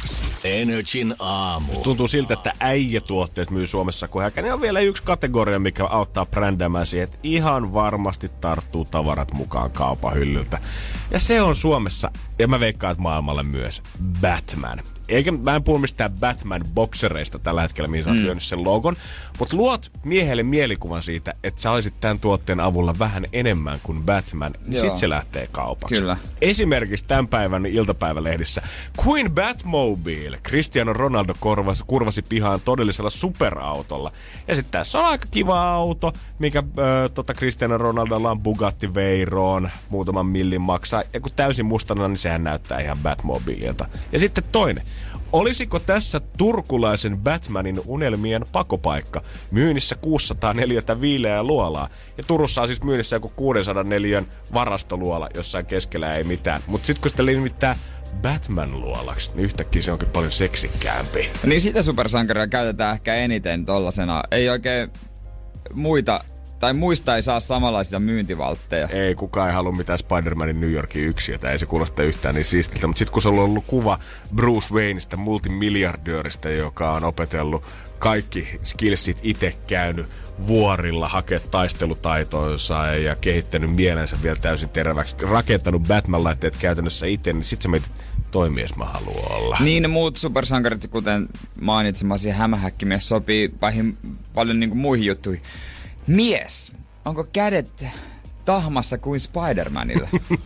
Energin aamu. Tuntuu siltä, että äijätuotteet myy Suomessa kuin häkä. Niin on vielä yksi kategoria, mikä auttaa brändäämään siihen, että ihan varmasti tarttuu tavarat mukaan kaupan hyllyltä. Ja se on Suomessa, ja mä veikkaan, että maailmalle myös, Batman. Eikä mä en puhu mistään Batman-boksereista tällä hetkellä, mihin sä oot mm. lyönyt sen logon. Mutta luot miehelle mielikuvan siitä, että sä olisit tämän tuotteen avulla vähän enemmän kuin Batman, niin sit se lähtee kaupaksi. Kyllä. Esimerkiksi tämän päivän iltapäivälehdissä Queen Batmobile. Cristiano Ronaldo korvasi, kurvasi pihaan todellisella superautolla. Ja sitten tässä on aika kiva auto, mikä äh, tota Cristiano Ronaldolla on Bugatti Veyron, muutaman millin maksaa. Ja kun täysin mustana, niin sehän näyttää ihan Batmobileilta. Ja sitten toinen. Olisiko tässä turkulaisen Batmanin unelmien pakopaikka? Myynnissä kuusisataaneljä viileää luolaa. Ja Turussa on siis myynnissä joku kuusisataaneljä varastoluola, jossain keskellä ei mitään. Mutta sitten kun sitä nimittää Batman-luolaksi, niin yhtäkkiä se onkin paljon seksikkäämpi. Niin sitä supersankaria käytetään ehkä eniten tollasena. Ei oikein muita... Tai muista ei saa samanlaisia myyntivaltteja. Ei, kukaan ei halua mitään Spider-Manin New Yorkin yksiötä. Ei se kuulosta yhtään niin siistiltä. Mutta sitten kun se on ollut kuva Bruce Wayneista, multimiljardööristä, joka on opetellut kaikki skillsit itse käynyt vuorilla, hakea taistelutaitonsa ja kehittänyt mielensä vielä täysin terväksi, rakentanut Batman-laitteet käytännössä itse, niin sit sä mietit, toi mies mä haluan olla. Niin ne muut supersankarit, kuten mainitsemasi hämähäkkimies, sopii paihin paljon niinku muihin juttuihin. Mies, onko kädet tahmassa kuin Spider-Manilla?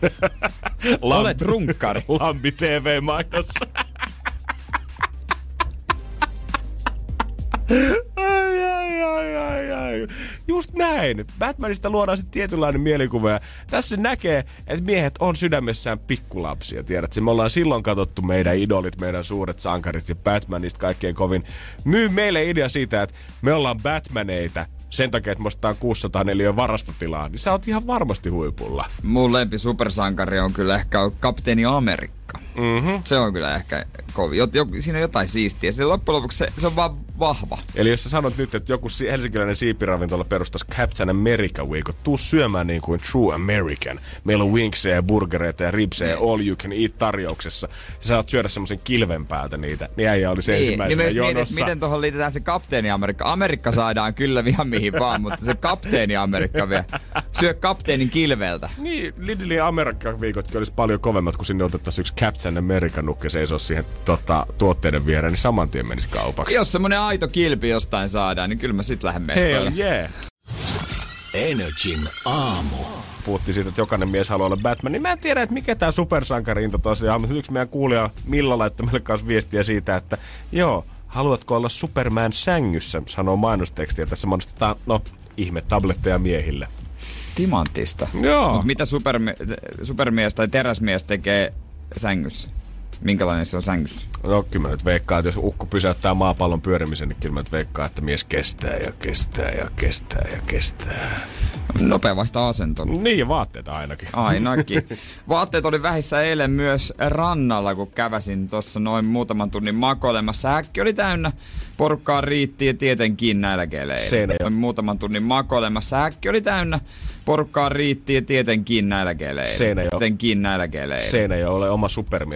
Olet runkkari. Lambi T V-mainossa. ai, ai, ai, ai, ai. Just näin. Batmanista luodaan sitten tietynlainen mielikuva. Ja tässä näkee, että miehet on sydämessään pikkulapsia. Tiedätkö, me ollaan silloin katsottu meidän idolit, meidän suuret sankarit ja Batmanista kaikkein kovin. Myy meille idea siitä, että me ollaan Batmaneita. Sen takia, että me ostetaan kuusisataaneljä varastotilaa, niin sä oot ihan varmasti huipulla. Mun lempi supersankari on kyllä ehkä Kapteeni Amerikka. Mm-hmm. Se on kyllä ehkä kovin. Jot, jo, siinä on jotain siistiä. Se loppujen lopuksi se, se on vaan vahva. Eli jos sä sanot nyt, että joku helsinkiläinen siipiravintola perustaisi Captain America Week, tuu syömään niin kuin True American. Meillä on wingsejä, burgereita ja ribsejä ja all you can eat tarjouksessa. Ja sä oot syödä semmosen kilven päältä niitä. Niin äijä oli se niin, ensimmäisenä niin jonossa. Mietit, miten tuohon liitetään se Kapteeni Amerikka. Amerikka saadaan kyllä ihan mihin vaan, mutta se Kapteeni Amerikka vielä. Syö kapteenin kilveltä. Niin, Lidlin Amerikka-viikotkin olisi paljon kovemmat, kun sinne otettaisiin yksi Captain America-nukke seisoo siihen tota, tuotteiden viereen, niin saman tien menisi kaupaksi. Jos semmonen aito kilpi jostain saadaan, niin kyllä mä sit lähden mestoille. Hell yeah! Energin aamu. Puhuttiin siitä, että jokainen mies haluaa olla Batman, niin mä en tiedä, että mikä tää supersankari-into tosiaan. Mutta yksi meidän kuulija Milla laittoi meille kanssa viestiä siitä, että joo, haluatko olla Superman sängyssä, sanoo mainostekstiä. Tässä mainostetaan, no, ihme tabletteja miehille. Timanttista. Joo. Mut mitä supermie- supermies tai teräsmies tekee sängyssä? Minkälainen se on sängyssä? No kyllä mä nyt veikkaan, että jos ukko pysäyttää maapallon pyörimisen, niin kyllä mä nyt veikkaan, että mies kestää ja kestää ja kestää ja kestää. Nopea vaihtaa asentoa. Niin, vaatteet ainakin. Ainakin. Vaatteet oli vähissä eilen myös rannalla, kun käväsin tuossa noin muutaman tunnin makoilemassa. Häkki oli täynnä, porukkaa riitti ja tietenkin nälkäilee. Noin muutaman tunnin makoilemassa. Häkki oli täynnä, porukkaa riitti ja tietenkin nälkäilee. Seinäjoki. Tietenkin nälkäilee. Seinäjoki, ole oma supermies haki taas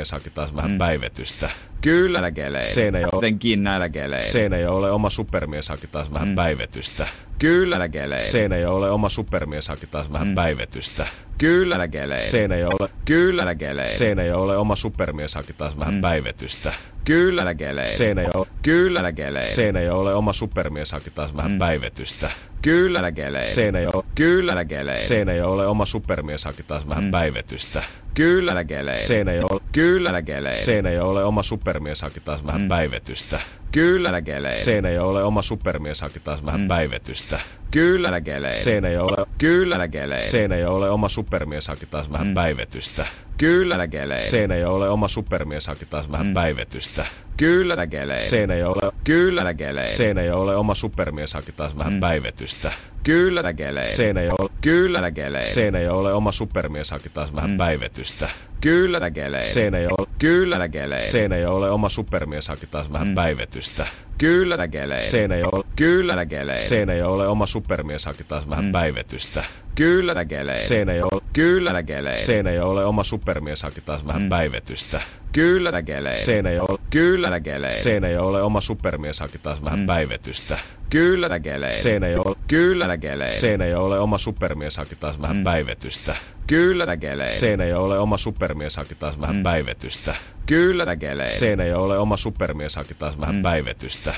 taas vähän mm. päivetystä. Kyllä. Nälkäleiri. Seinäjoella. Jotenkin nälkäleiri. Seinäjoella oma supermies haki taas vähän mm. päivetystä. Kyllä. Nälkäleiri. Seinäjoella oma supermies haki taas vähän mm. päivetystä. Kyllä. Nälkäleiri. Seinäjoella. Kyllä. Nälkäleiri. Seinäjoella oma supermies haki taas vähän mm. päivetystä. Kyllä. Nälkäleiri. Seinäjoella. Kyllä. Nälkäleiri. Seinäjoella oma supermies haki taas vähän mm. päivetystä. Kyllä. Nälkäleiri. Seinäjoella. Kyllä. Nälkäleiri. Seinäjoella oma supermies haki taas vähän mm. päivetystä. Kyllä. Nälkäleiri. Seinäjoella. Kyllä. Nälkäleiri. Seinäjoella oma supermies haki taas vähän mm. päivetystä. Kyllä. Nälkäleiri. Seinäjoella oma supermies haki taas vähän mm. päivetystä. Kyllä. Nälkäleiri. Seinäjoella. Kyllä. Nälkäleiri. Seinäjoella oma supermies haki taas vähän mm. päivetystä. Kyllä. Nälkäleiri. Seinäjoella oma supermies haki taas vähän mm. päivetystä. Kyllä. Nälkäleiri. Seinäjoella. Kyllä. Nälkäleiri. Seinäjoella oma supermies haki taas vähän mm. päivetystä. Kyllä. Nälkäleiri. Seinäjoella. Kyllä. Nälkäleiri. Seinäjoella oma supermies haki taas vähän mm. päivetystä. Kyllä. Nälkäleiri. Seinäjoella. Kyllä. Nälkäleiri. Seinäjoella oma supermies haki taas vähän mm. päivetystä. Kyllä. Nälkäleiri. Seinäjoella. Kyllä. Nälkäleiri. Seinäjoella oma supermies haki taas vähän mm. päivetystä. Kyllä. Nälkäleiri. Seinäjoella. Kyllä. Nälkäleiri. Seinäjoella oma supermies haki taas vähän mm. päivetystä. Kyllä. Nälkäleiri. Seinäjoella. Kyllä. Nälkäleiri. Seinäjoella oma supermies haki taas vähän mm. päivetystä. Kyllä. Nälkäleiri. Seinäjoella. Kyllä. Nälkäleiri. Seinäjoella oma supermies haki taas vähän mm. päivetystä. Kyllä. Nälkäleiri. Seinäjoella oma supermies haki taas vähän mm. päivetystä. Kyllä. Nälkäleiri. Seinäjoella oma supermies haki taas vähän mm. päivetystä.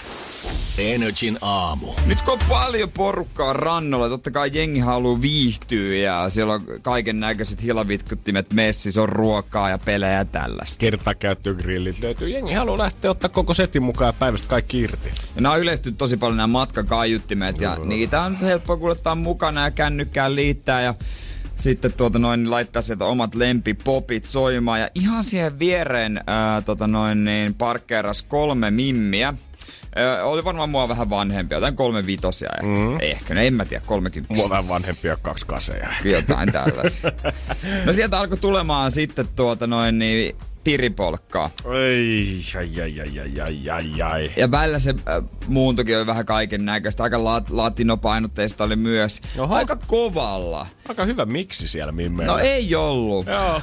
Energin aamu. Nyt kun on paljon porukkaa rannalla, totta kai jengi haluaa viihtyä ja siellä on kaiken näköiset hilavitkuttimet messissä, on ruokaa ja pelejä ja tällaista. Kertakäyttögrillit löytyy. Jengi haluaa lähteä ottaa koko setin mukaan ja päivästä kaikki irti. Ja nämä on yleistynyt tosi paljon nämä matkakaiuttimet ja no, no. niitä on helppo kuljettaa mukana ja kännykkään liittää ja sitten tuota noin laittaa sieltä omat lempipopit soimaan ja ihan siihen viereen ää, tota noin niin parkkeeras kolme mimmiä. Ö, oli varmaan mua vähän vanhempia, jotain kolme vitosia ehkä. Mm. Ehkä, no en mä tiedä, kolmekymmentä. Mua vähän vanhempia, kaksi kaseja. Jotain tällaisia. No sieltä alkoi tulemaan sitten tuota noin niin piripolkkaa. Ei, ai, ai, ai, ai, ai, ai. Ja välillä se äh, muuntokin oli vähän kaiken näköistä. Aika lat- latinopainotteista oli myös. Oho. Aika kovalla. Aika hyvä miksi siellä mimmeillä. No ei ollut. Joo.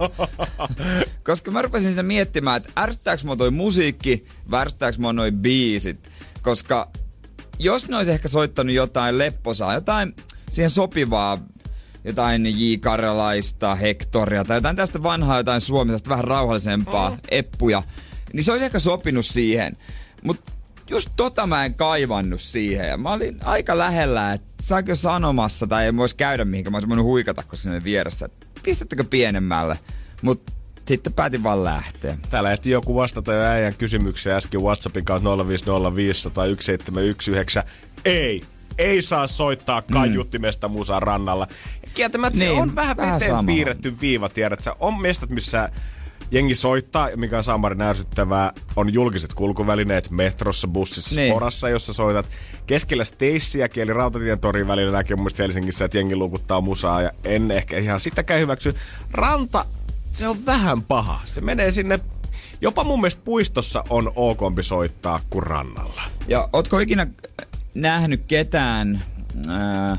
Koska mä rupesin sitä miettimään, että ärsyttääks mua toi musiikki, vai ärsyttääks mua noi biisit. Koska jos ne olisi ehkä soittanut jotain lepposaa, jotain siihen sopivaa, jotain J. Karjalaista, Hektoria tai jotain tästä vanhaa, jotain suomalaista vähän rauhallisempaa, mm. eppuja, niin se olisi ehkä sopinut siihen. Mutta just tota mä en kaivannut siihen. Ja mä olin aika lähellä, että saako sanomassa tai ei voisi käydä mihinkä. Mä olisin voinut huikata, kun sinne vieressä. Pistättekö pienemmälle? Mutta sitten päätin vaan lähteä. Täällä ehti joku vastata jo äijän kysymykseen äsken WhatsAppin kautta nolla viisi nolla viisi nolla nolla yksi seitsemän yksi yhdeksän. Ei! Ei saa soittaa kaiuttimesta mm. musan rannalla. Kieltämättä niin, se on vähän, vähän veteen piirretty viiva, tiedätkö? On mestat, missä jengi soittaa, mikä on samarin ärsyttävää, on julkiset kulkuvälineet metrossa, bussissa, niin. Sporassa, jossa soitat. Keskellä Steissiäkin, eli Rautatien torin välillä näkee mun mielestä Helsingissä, että jengi lukuttaa musaa, ja en ehkä ihan sitäkään hyväksy. Ranta, se on vähän paha. Se menee sinne, jopa mun mielestä puistossa on okompi soittaa kuin rannalla. Ja ootko ikinä nähnyt ketään, ää,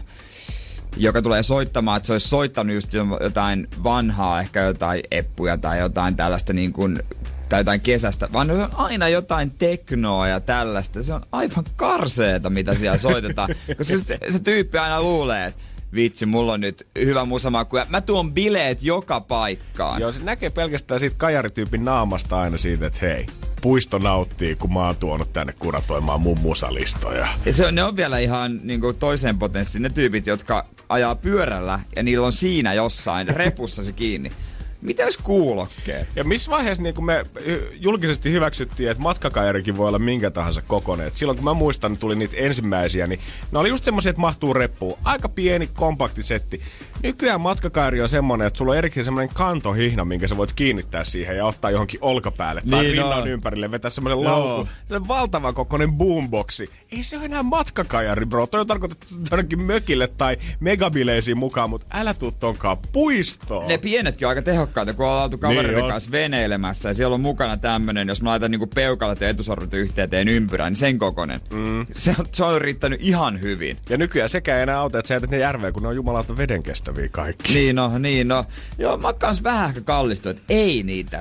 joka tulee soittamaan, että se olisi soittanut just jotain vanhaa, ehkä jotain eppuja tai jotain tällaista niin kuin, tai jotain kesästä, vaan on aina jotain teknoa ja tällaista. Se on aivan karseeta, mitä siellä soitetaan, koska se, se tyyppi aina luulee, että vitsi, mulla on nyt hyvä musamaku ja mä tuon bileet joka paikkaan. Joo, se näkee pelkästään siitä kajarityypin naamasta aina siitä, että hei, puisto nauttii, kun mä oon tuonut tänne kuratoimaan mun musalistoja. Ja se on, ne on vielä ihan niin kuin toiseen potenssiin ne tyypit, jotka ajaa pyörällä ja niillä on siinä jossain repussa se kiinni. Mitä jos kuulokkeet? Ja missä vaiheessa niin kun me julkisesti hyväksyttiin, että matkakajarikin voi olla minkä tahansa kokoinen. Et silloin kun mä muistan, tuli niitä ensimmäisiä, niin ne oli just semmoisia, että mahtuu reppuun. Aika pieni, kompakti setti. Nykyään matkakajari on semmoinen, että sulla on erikseen semmoinen kantohihna, minkä sä voit kiinnittää siihen ja ottaa johonkin olkapäälle tai niin rinnan no. ympärille, vetää semmoinen laukku. Tällainen valtavan kokoinen boomboxi. Ei se ole enää matkakajari, bro. Toi on tarkoitettu jonnekin mökille tai megabileisiin mukaan, mutta älä tuu tonkaan puistoon. Ne pienetkin on aika tehokkaita. Kun ollaan oltu kavereiden niin kanssa veneilemässä ja siellä on mukana tämmönen, jos mä laitan niinku peukalat ja etusormet yhteen teen ympyrään, niin sen kokonen. Mm. Se, on, se on riittänyt ihan hyvin. Ja nykyään sekä ei enää auta, että sä jätät ne järveen, kun ne on jumalauta vedenkestäviä kaikki. Niin no, niin no. Joo, mä oon kans vähän ehkä kallistunut, että ei niitä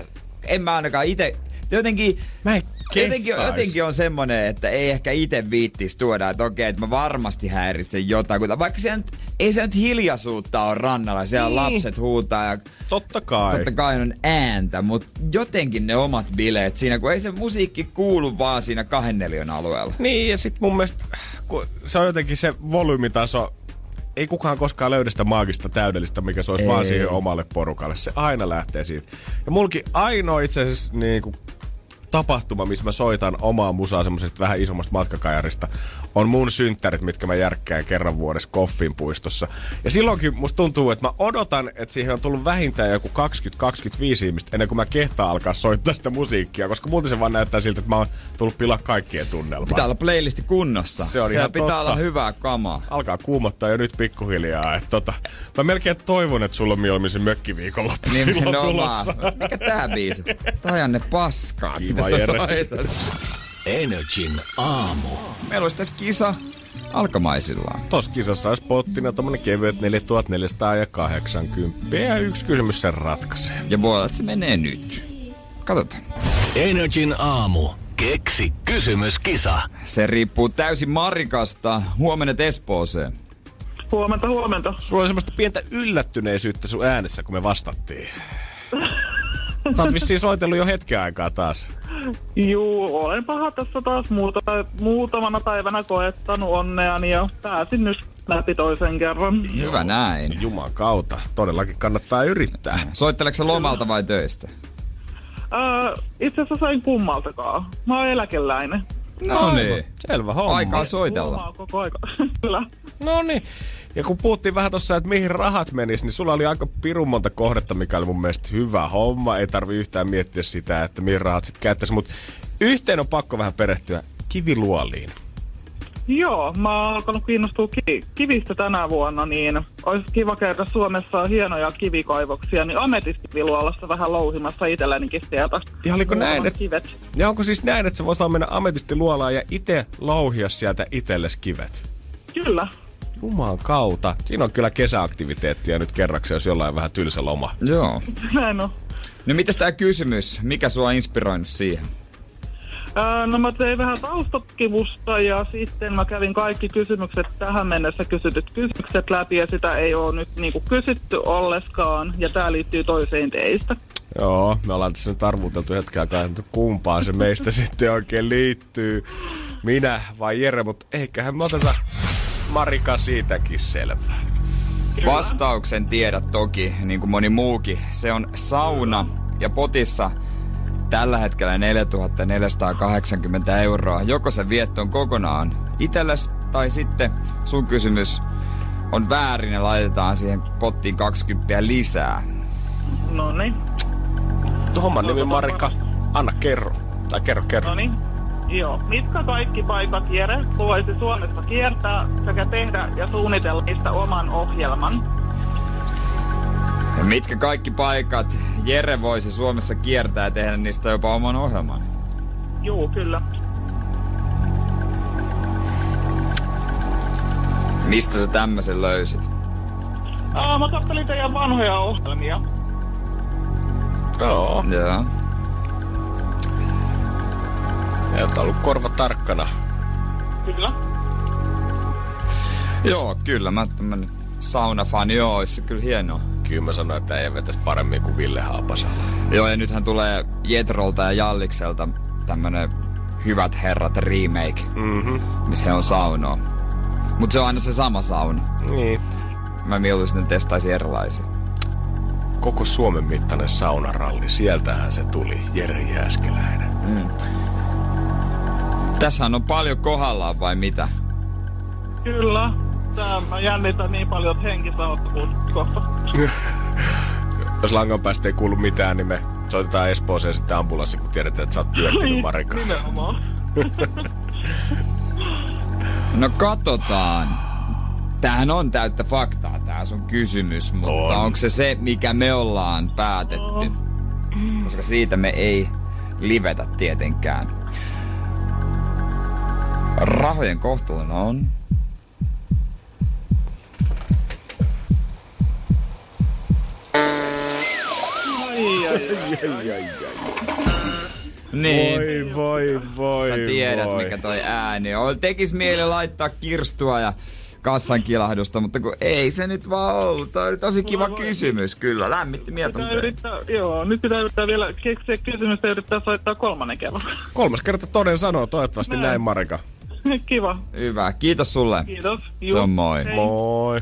en mä ainakaan ite... Jotenkin... Mä en Jotenkin, jotenkin on semmonen, että ei ehkä ite viittis tuoda, että okei, että mä varmasti häiritsen jotakuta. Vaikka siellä nyt, ei se nyt hiljaisuutta ole rannalla, siellä niin. Lapset huutaa ja totta kai. totta kai on ääntä, mutta jotenkin ne omat bileet siinä, kun ei se musiikki kuulu vaan siinä kahden neliön alueella. Niin, ja sit mun mielestä kun se on jotenkin se volyymitaso, ei kukaan koskaan löydä sitä maagista täydellistä, mikä se olisi ei. Vaan siihen omalle porukalle. Se aina lähtee siitä. Ja mulki ainoa itse asiassa niin kuin tapahtuma, missä mä soitan omaa musaa semmoisesta vähän isommasta matkakajarista, on mun synttärit, mitkä mä järkkään kerran vuodessa Koffin puistossa. Ja silloinkin musta tuntuu, että mä odotan, että siihen on tullut vähintään joku kaksikymmentä kaksikymmentäviisi ihmistä ennen kuin mä kehtaan alkaa soittaa sitä musiikkia, koska muuten se vaan näyttää siltä, että mä oon tullut pilaa kaikkien tunnelmaa. Pitää olla playlisti kunnossa. Se on Siellä ihan pitää totta. Olla hyvää kamaa. Alkaa kuumottaa jo nyt pikkuhiljaa. Että tota, mä melkein toivon, että sulla on mieluummin se mökkiviikonloppu silloin tulossa. Mikä tää biisi? Tajanne paskaa. Kiva Jere. Energin aamu. Meillä olisi tässä kisa alkamaisillaan. Tossa kisassa olisi pottina tommonen kevyet neljätuhattaneljäsataakahdeksankymmentä ja yksi kysymys sen ratkaisee. Ja voi olla, että se menee nyt. Katsotaan. Energin aamu. Keksi kysymyskisa. Se riippuu täysin Marikasta. Huomenna Espooseen. Huomenta, huomenta. Sulla oli semmoista pientä yllättyneisyyttä sun äänessä, kun me vastattiin. Sä oot vissiin soitellut jo hetken aikaa taas. Juu, olen paha tässä taas muuta, muutamana päivänä koettanut onneani ja pääsin nyt läpi toisen kerran. Hyvä näin. Juman kautta. Todellakin kannattaa yrittää. Soitteleeko sä lomalta vai töistä? Öö, itse asiassa sain kummaltakaan. Mä oon eläkeläinen. No niin. Selvä homma. Aikaa soitella. Huomaa koko aika. Kyllä. No niin. Ja kun puhuttiin vähän tossa, että mihin rahat menis, niin sulla oli aika pirun monta kohdetta, mikä oli mun mielestä hyvä homma. Ei tarvi yhtään miettiä sitä, että mihin rahat sit käyttäisi. Mutta yhteen on pakko vähän perehtyä. Kiviluoliin. Joo, mä oon alkanut kiinnostua kivi, kivistä tänä vuonna, niin olisi kiva käydä Suomessa on hienoja kivikaivoksia, niin ametistiviluolassa vähän louhimassa itsellenikin sieltä. Ja oliko näin, että, kivet. Ja onko siis näin, että sä voit vaan mennä ametistiluolaan ja itse louhia sieltä itsellesi kivet? Kyllä. Juman kautta. Siinä on kyllä kesäaktiviteettia nyt kerraksi, jos jollain vähän tylsä loma. Joo. Näin on. No mitäs tää kysymys? Mikä sua on inspiroinut siihen? Öö, no mä tein vähän taustatutkimusta ja sitten mä kävin kaikki kysymykset tähän mennessä kysytyt kysymykset läpi ja sitä ei ole nyt niinku kysytty olleskaan ja tää liittyy toiseen teistä. Joo, me ollaan tässä nyt arvuteltu hetken aikaa, että kumpaan se meistä sitten oikein liittyy. Minä vai Jere, mutta eiköhän me oteta Marika siitäkin selvää. Kyllä. Vastauksen tiedät toki, niin kuin moni muukin. Se on sauna ja potissa tällä hetkellä neljätuhattaneljäsataakahdeksankymmentä euroa. Joko se viettoon kokonaan itsellesi tai sitten sun kysymys on väärin ja laitetaan siihen pottiin kaksikymmentä lisää. No niin. Homman nimi Marika. Anna kerro. Tai kerro, kerro. No niin. Joo. Mitkä kaikki paikat Jere voisi Suomessa kiertää sekä tehdä ja suunnitella niistä oman ohjelman? Ja mitkä kaikki paikat Jere voisi Suomessa kiertää ja tehdä niistä jopa oman ohjelman? Juu, kyllä. Mistä sä tämmösen löysit? Aa, mä kattelin teidän vanhoja ohjelmia. Joo. Joo. Ja oot ollut korva tarkkana. Kyllä. Joo, kyllä. Mä tämmönen saunafani, joo, olisi kyllä hienoa. Kyllä mä sanoin, että ei vetäisi paremmin kuin Ville Haapasalo. Joo, ja nythän tulee Jetrolta ja Jallikselta tämmönen Hyvät herrat remake, Mhm. missä he on saunoa. Mut se on aina se sama sauna. Niin. Mä mieluisin, että testaisin erilaisia. Koko Suomen mittainen saunaralli. Sieltähän se tuli, Jere Jääskeläinen. Mm. Tässähän on paljon kohdallaan vai mitä? Kyllä. Tää mä jännitän niin paljon, että henki saattuu kohta. Jos langan päästä ei kuulu mitään, niin me soitetaan Espooseen sitten ambulanssi, kun tiedetään, että sä oot pyörtynyt Marika. Nimenomaan. No katsotaan. Tämähän on täyttä faktaa, tää sun kysymys, mutta on. Onko se se, mikä me ollaan päätetty? Koska siitä me ei livetä tietenkään. Rahojen kohtalona on... Ai, ai, ai, ai, ai. Niin. Voi, voi, voi. Sä tiedät, voi. mikä toi ääni on. Tekis mieli laittaa kirstua ja kassan kilahdusta, mutta kun ei se nyt vaan ollut. Toi oli tosi kiva voi, kysymys, kyllä. Lämmitti mieltä. Yrittää, joo, nyt pitää yrittää vielä keksiä kysymystä ja yrittää soittaa kolmannen kerran. Kolmas kerta toden sanoo, toivottavasti näin, näin Marika. Kiva. Hyvä, kiitos sulle. Kiitos. Se on moi. Hei. Moi.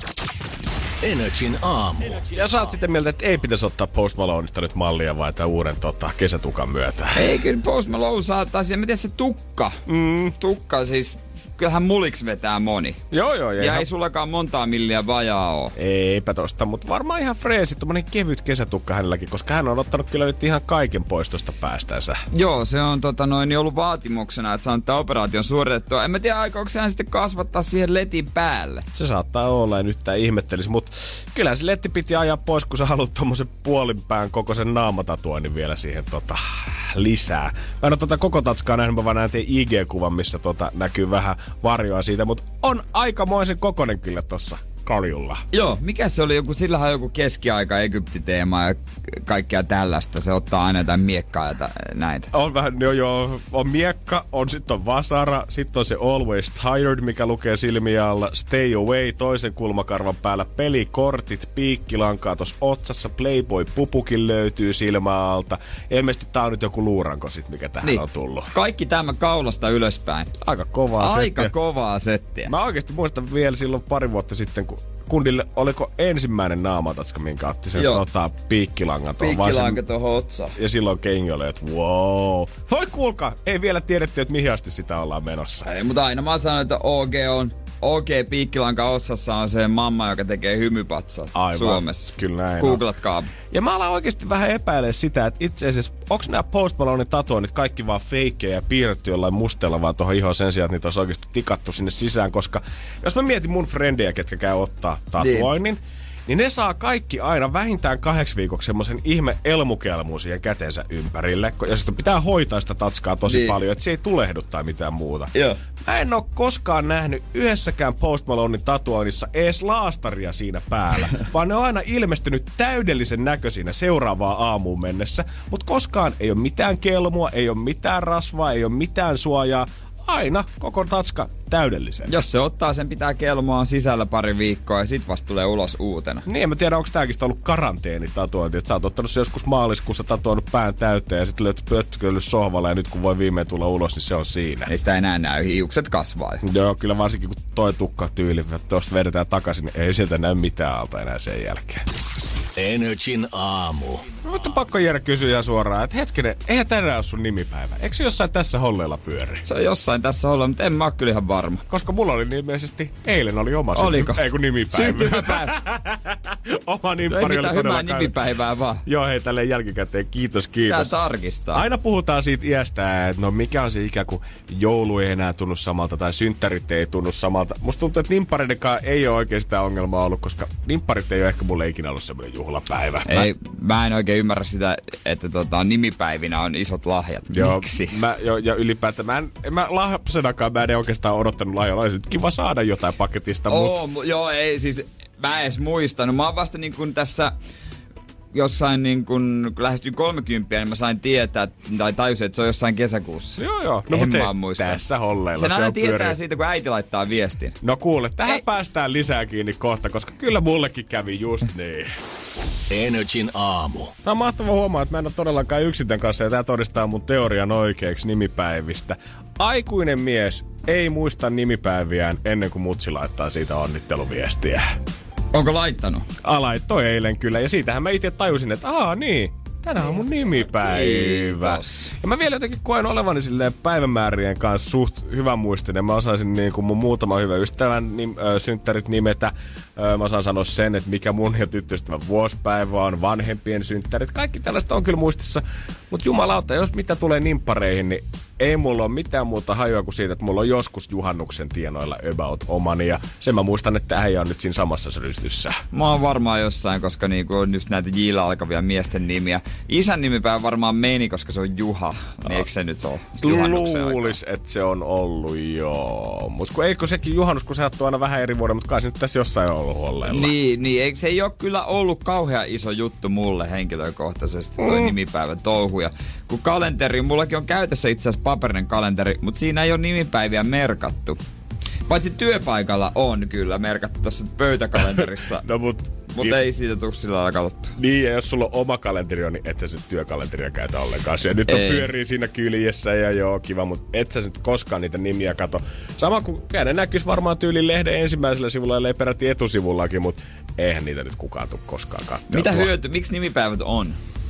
Energin aamu. Ja sä oot sitten mieltä, että ei pitäisi ottaa Post Maloneista nyt mallia vai tämän uuden tota, kesätukan myötä. Ei, kyllä Post Malone saattaisi. Ja miten se tukka? Mm. Tukka siis, kyllähän muliksi vetää moni. Joo, joo. Ja ihan... ei sullakaan montaa milliä vajaa oo. Eipä tosta, mutta varmaan ihan freesi, tommonen kevyt kesätukka hänelläkin, koska hän on ottanut kyllä nyt ihan kaiken pois tosta päästänsä. Joo, se on tota noin ollut vaatimuksena, että saanut tämän operaation suoritettua. En mä tiedä, aikooko hän sitten kasvattaa siihen letin päälle. Se saattaa olla, en yhtään ihmettelisi, mutta kyllä se letti piti ajaa pois, kun sä haluat tommosen puolinpään kokoisen naamatatuoinnin vielä siihen tota, lisää. Mä en oo tota koko tatskaa nähnyt, mä vaan näen teidän I G-kuvan, missä tota, näkyy vähän varjoa siitä, mutta on aikamoisen kokonen kyllä tossa kaljulla. Joo, mikä se oli? Joku, sillähän on joku keskiaika Egypti-teema ja kaikkea tällaista. Se ottaa aina jotain miekkaa ja näitä. On vähän, joo joo, on miekka, on sitten on vasara, sitten on se Always Tired, mikä lukee silmiä alla, Stay Away toisen kulmakarvan päällä, pelikortit, piikkilankaa tossa otsassa, Playboy-pupukin löytyy silmäalta. Ilmeisesti tää on nyt joku luuranko sit, mikä tähän niin on tullut. Kaikki tämä kaulasta ylöspäin. Aika kovaa Aika settiä. kovaa settiä. Mä oikeesti muistan vielä silloin pari vuotta sitten, kun kundille oliko ensimmäinen naamatatska, minkä otti sen tota, piikkilangan tuohon. Piikkilanka tuohon otsaan. Ja silloin kengi oli, että wow. Voi kuulkaa, ei vielä tiedetty, että mihin asti sitä ollaan menossa. Ei, mutta aina mä sanon, että O G on O G piikkilanka otsassa on se mamma, joka tekee hymypatsaa Suomessa. Kyllä näin. Googlatkaa. Ja mä alan oikeesti vähän epäilemään sitä, että itse asiassa, onks nää Post Malonen tatuoinnit kaikki vaan feikkejä ja piirretty jollain musteella vaan tohon ihoon sen sijaan, että niitä olisi oikeesti tikattu sinne sisään, koska jos mä mietin mun frendejä, ketkä käy ottaa tatuoinnin, niin. niin ne saa kaikki aina vähintään kahdeksi viikoksi semmosen ihme elmukelmuun siihen kätensä ympärille. Ja sitten pitää hoitaa sitä tatskaa tosi niin paljon, että se ei tulehdu tai mitään muuta. Joo. Mä en oo koskaan nähnyt yhdessäkään Post Malonen tatuoinnissa ees laastaria siinä päällä, vaan ne on aina ilmestynyt täydellisen näköisinä seuraavaa aamuun mennessä. Mut koskaan ei oo mitään kelmua, ei oo mitään rasvaa, ei oo mitään suojaa. Aina koko tatska täydellisen. Jos se ottaa, sen pitää kelmoa sisällä pari viikkoa ja sit vasta tulee ulos uutena. Niin, en mä tiedä, onko tääkin ollut karanteenitatuointi. Että sä oot ottanut se joskus maaliskuussa tatuoinut pään täyteen ja sit löytyy pöttyköily sohvalla ja nyt kun voi viimein tulla ulos, niin se on siinä. Ei sitä enää näy, hiukset kasvaa. Joo, kyllä varsinkin kun toi tukka tyyli, tuosta vedetään takaisin, niin ei sieltä näy mitään alta enää sen jälkeen. Energin aamu. Mutta pakko Jere kysyä ihan suoraan, että hetkinen, eihän tänään ole sun nimipäivä. Eikö se jossain tässä holleilla pyöri? Se on jossain tässä holleilla, mutta en mä ole kyllä ihan varma. Koska mulla oli ilmeisesti, eilen oli oma Oliko? Synty, ei kun nimipäivä. Syntymäpäivä. Oma nimipäivä. Ei mitään hyvää nimipäivää vaan. Joo, hei, tälleen jälkikäteen. Kiitos, kiitos. Tää tarkistaa. Aina puhutaan siitä iästä, että no mikä on se ikä, kun joulu ei enää tunnu samalta tai synttärit ei tunnu samalta. Musta tuntuu, että nimpparidenkaan ei ole oikein sitä ongelmaa ollut, koska nimpparit ei ole ehkä mulle ikinä ollut semmoinen juhlapäivä. Ei, mä, mä en oikein ymmärrä sitä, että tota, nimipäivinä on isot lahjat. Joo, miksi? Mä, jo, ja ylipäätään mä en, mä lapsenakaan mä en oikeastaan odottanut lahjoja. Olisi nyt kiva saada jotain paketista, Oo, mut... joo, ei siis, mä en edes muistanut. Mä oon vasta niin kuin tässä jossain niin kun lähestyin kolmekymppiä, niin mä sain tietää, tai tajusin, että se on jossain kesäkuussa. Joo, joo. No, en mutta mä muista. Tässä holleilla sen se aina on tietää pyöriä. siitä, kun äiti laittaa viestin. No kuule, tähän ei. päästään lisää kiinni kohta, koska kyllä mullekin kävi just niin. Energin aamu. Tämä on mahtava huomaa, että mä en ole todellakaan yksin tämän kanssa, ja tämä todistaa mun teorian oikeaksi nimipäivistä. Aikuinen mies ei muista nimipäiviään ennen kuin mutsi laittaa siitä onnitteluviestiä. Onko laittanut? Laittoi eilen kyllä, ja siitähän mä itse tajusin, että aa niin, tänään on mun nimipäivä. Kiitos. Ja mä vielä jotenkin koen olevani silleen päivämäärien kanssa suht hyvän muistinen. Mä osaisin niin kuin mun muutama hyvä ystävän nim, ö, synttärit nimetä. Ö, mä osaan sanoa sen, että mikä mun ja tyttöystävän vuosipäivä on, vanhempien synttärit. Kaikki tällaista on kyllä muistissa. Mutta jumalauta, jos mitä tulee nimppareihin, niin ei mulla ole mitään muuta hajua kuin siitä, että mulla on joskus juhannuksen tienoilla about omani. Ja sen mä muistan, että äijä on nyt siinä samassa rystyssä. Mä oon varmaan jossain, koska niinku on just näitä Jillä alkavia miesten nimiä. Isän nimipäivä varmaan meni, koska se on Juha. Niin eikö se nyt ole juhannuksen Luulis, että se on ollut joo. Mut kun eikö sekin juhannus, kun se sattuu aina vähän eri vuoden, mutta kai se nyt tässä jossain on ollut olleella. Niin, niin eikö se ei ole kyllä ollut kauhean iso juttu mulle henkilökohtaisesti toi mm. nimipäivän touhu. Ja kun kalenteri, mullakin on käytössä itse asiassa paperinen kalenteri, mutta siinä ei ole nimipäiviä merkattu. Paitsi työpaikalla on kyllä merkattu tuossa pöytäkalenterissa. No mut... Mutta ei siitä tule sillä lailla katsottu. Niin, ja jos sulla on oma kalenteri on, niin et sä sit työkalenteria käytä ollenkaan. Ja nyt on ei. pyörii siinä kyljessä ja joo, kiva, mutta et sä nyt koskaan niitä nimiä kato. Sama kuin ne näkyis varmaan tyylin lehden ensimmäisellä sivulla, ellei peräti etusivullakin, mutta eihän niitä nyt kukaan tule koskaan katsoa. Mitä hyöty? Miksi nimipäivät on?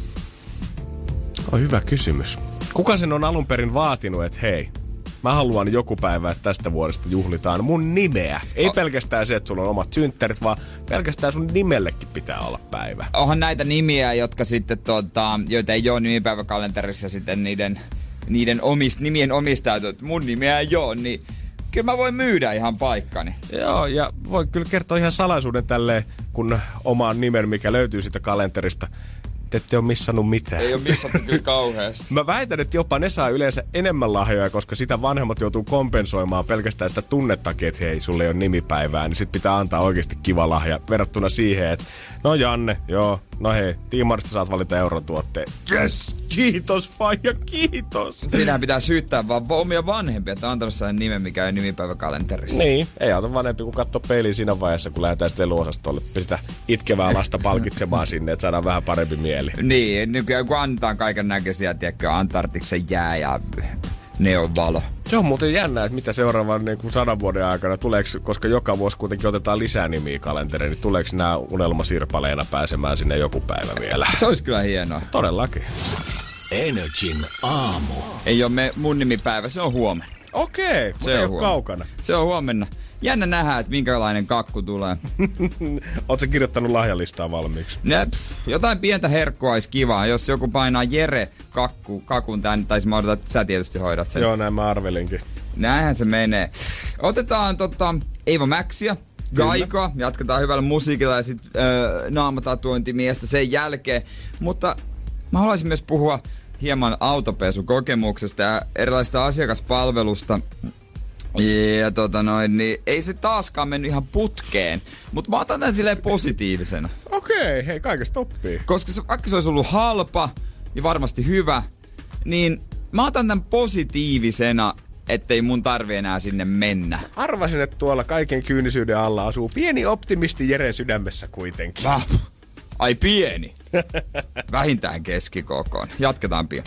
On hyvä kysymys. Kuka sen on alun perin vaatinut, että hei, mä haluan joku päivä, että tästä vuodesta juhlitaan mun nimeä. Ei oh. pelkästään se, että sulla on omat synttärit, vaan pelkästään sun nimellekin pitää olla päivä. Onhan näitä nimiä, jotka sitten, tota, joita ei ole nimipäiväkalenterissa sitten niiden, niiden omist, nimien omistajat, että mun nimeä ei ole, niin kyllä mä voin myydä ihan paikkani. Joo, ja voi kyllä kertoa ihan salaisuuden tälleen, kun omaan nimen, mikä löytyy siitä kalenterista. Te ette ole missannut mitään. Ei ole missattu kyllä kauheasti. Mä väitän, että jopa ne saa yleensä enemmän lahjoja, koska sitä vanhemmat joutuu kompensoimaan pelkästään sitä tunnettakin, että hei, sulle ei ole nimipäivää, niin sit pitää antaa oikeasti kiva lahja verrattuna siihen, että no Janne, joo, no hei, Tiimarista saat valita euron tuotteen. Yes, kiitos faija, kiitos. Siinähän pitää syyttää vaan omia vanhempia, että on antanut sellainen nimen, mikä ei nimipäiväkalenterissa. Niin, ei auta vanhempi kuin katsoa peiliin siinä vaiheessa, kun lähdetään sitten leluosastolle. Sitä itkevää lasta palkitsemaan sinne, että saadaan vähän parempi mieli. Niin, nykyään kun antaa kaiken näköisiä, tiedätkö, Antarktiksen jää ja neonvalo. Se on muuten jännä, että mitä seuraavan niin kuin sadan vuoden aikana tuleeko, koska joka vuosi kuitenkin otetaan lisää nimiä kalenteriin, niin tuleeko nämä unelmasirpaleena pääsemään sinne joku päivä vielä? Se olisi kyllä hienoa. Todellakin. Energin aamu. Ei ole me, mun nimipäivä, se on huomenna. Okei, mutta se ei ole kaukana. Se on huomenna. Jännä nähdä, että minkälainen kakku tulee. Ootko kirjoittanut lahjalistaa valmiiksi? Ja, pff, jotain pientä herkkua olisi kivaa. Jos joku painaa Jere kakku, kakun tän, tai mä odotan, että sä tietysti hoidat sen. Joo, näin mä arvelinkin. Näinhän se menee. Otetaan tota, Eeva Maxia, Gaikoa, jatketaan hyvällä musiikilla ja sitten öö, naamatatuointimiestä sen jälkeen. Mutta mä haluaisin myös puhua hieman autopesukokemuksesta ja erilaisista asiakaspalvelusta. Ja tota noin, niin ei se taaskaan mennyt ihan putkeen, mutta mä otan tän silleen positiivisena. Okei, hei, kaikesta oppii. Koska se, vaikka se olisi ollut halpa ja varmasti hyvä, niin mä otan tän positiivisena, ettei mun tarvi enää sinne mennä. Arvasin, että tuolla kaiken kyynisyyden alla asuu pieni optimisti Jeren sydämessä kuitenkin. Väh. Ai pieni. Vähintään keskikokoon. Jatketaan pian.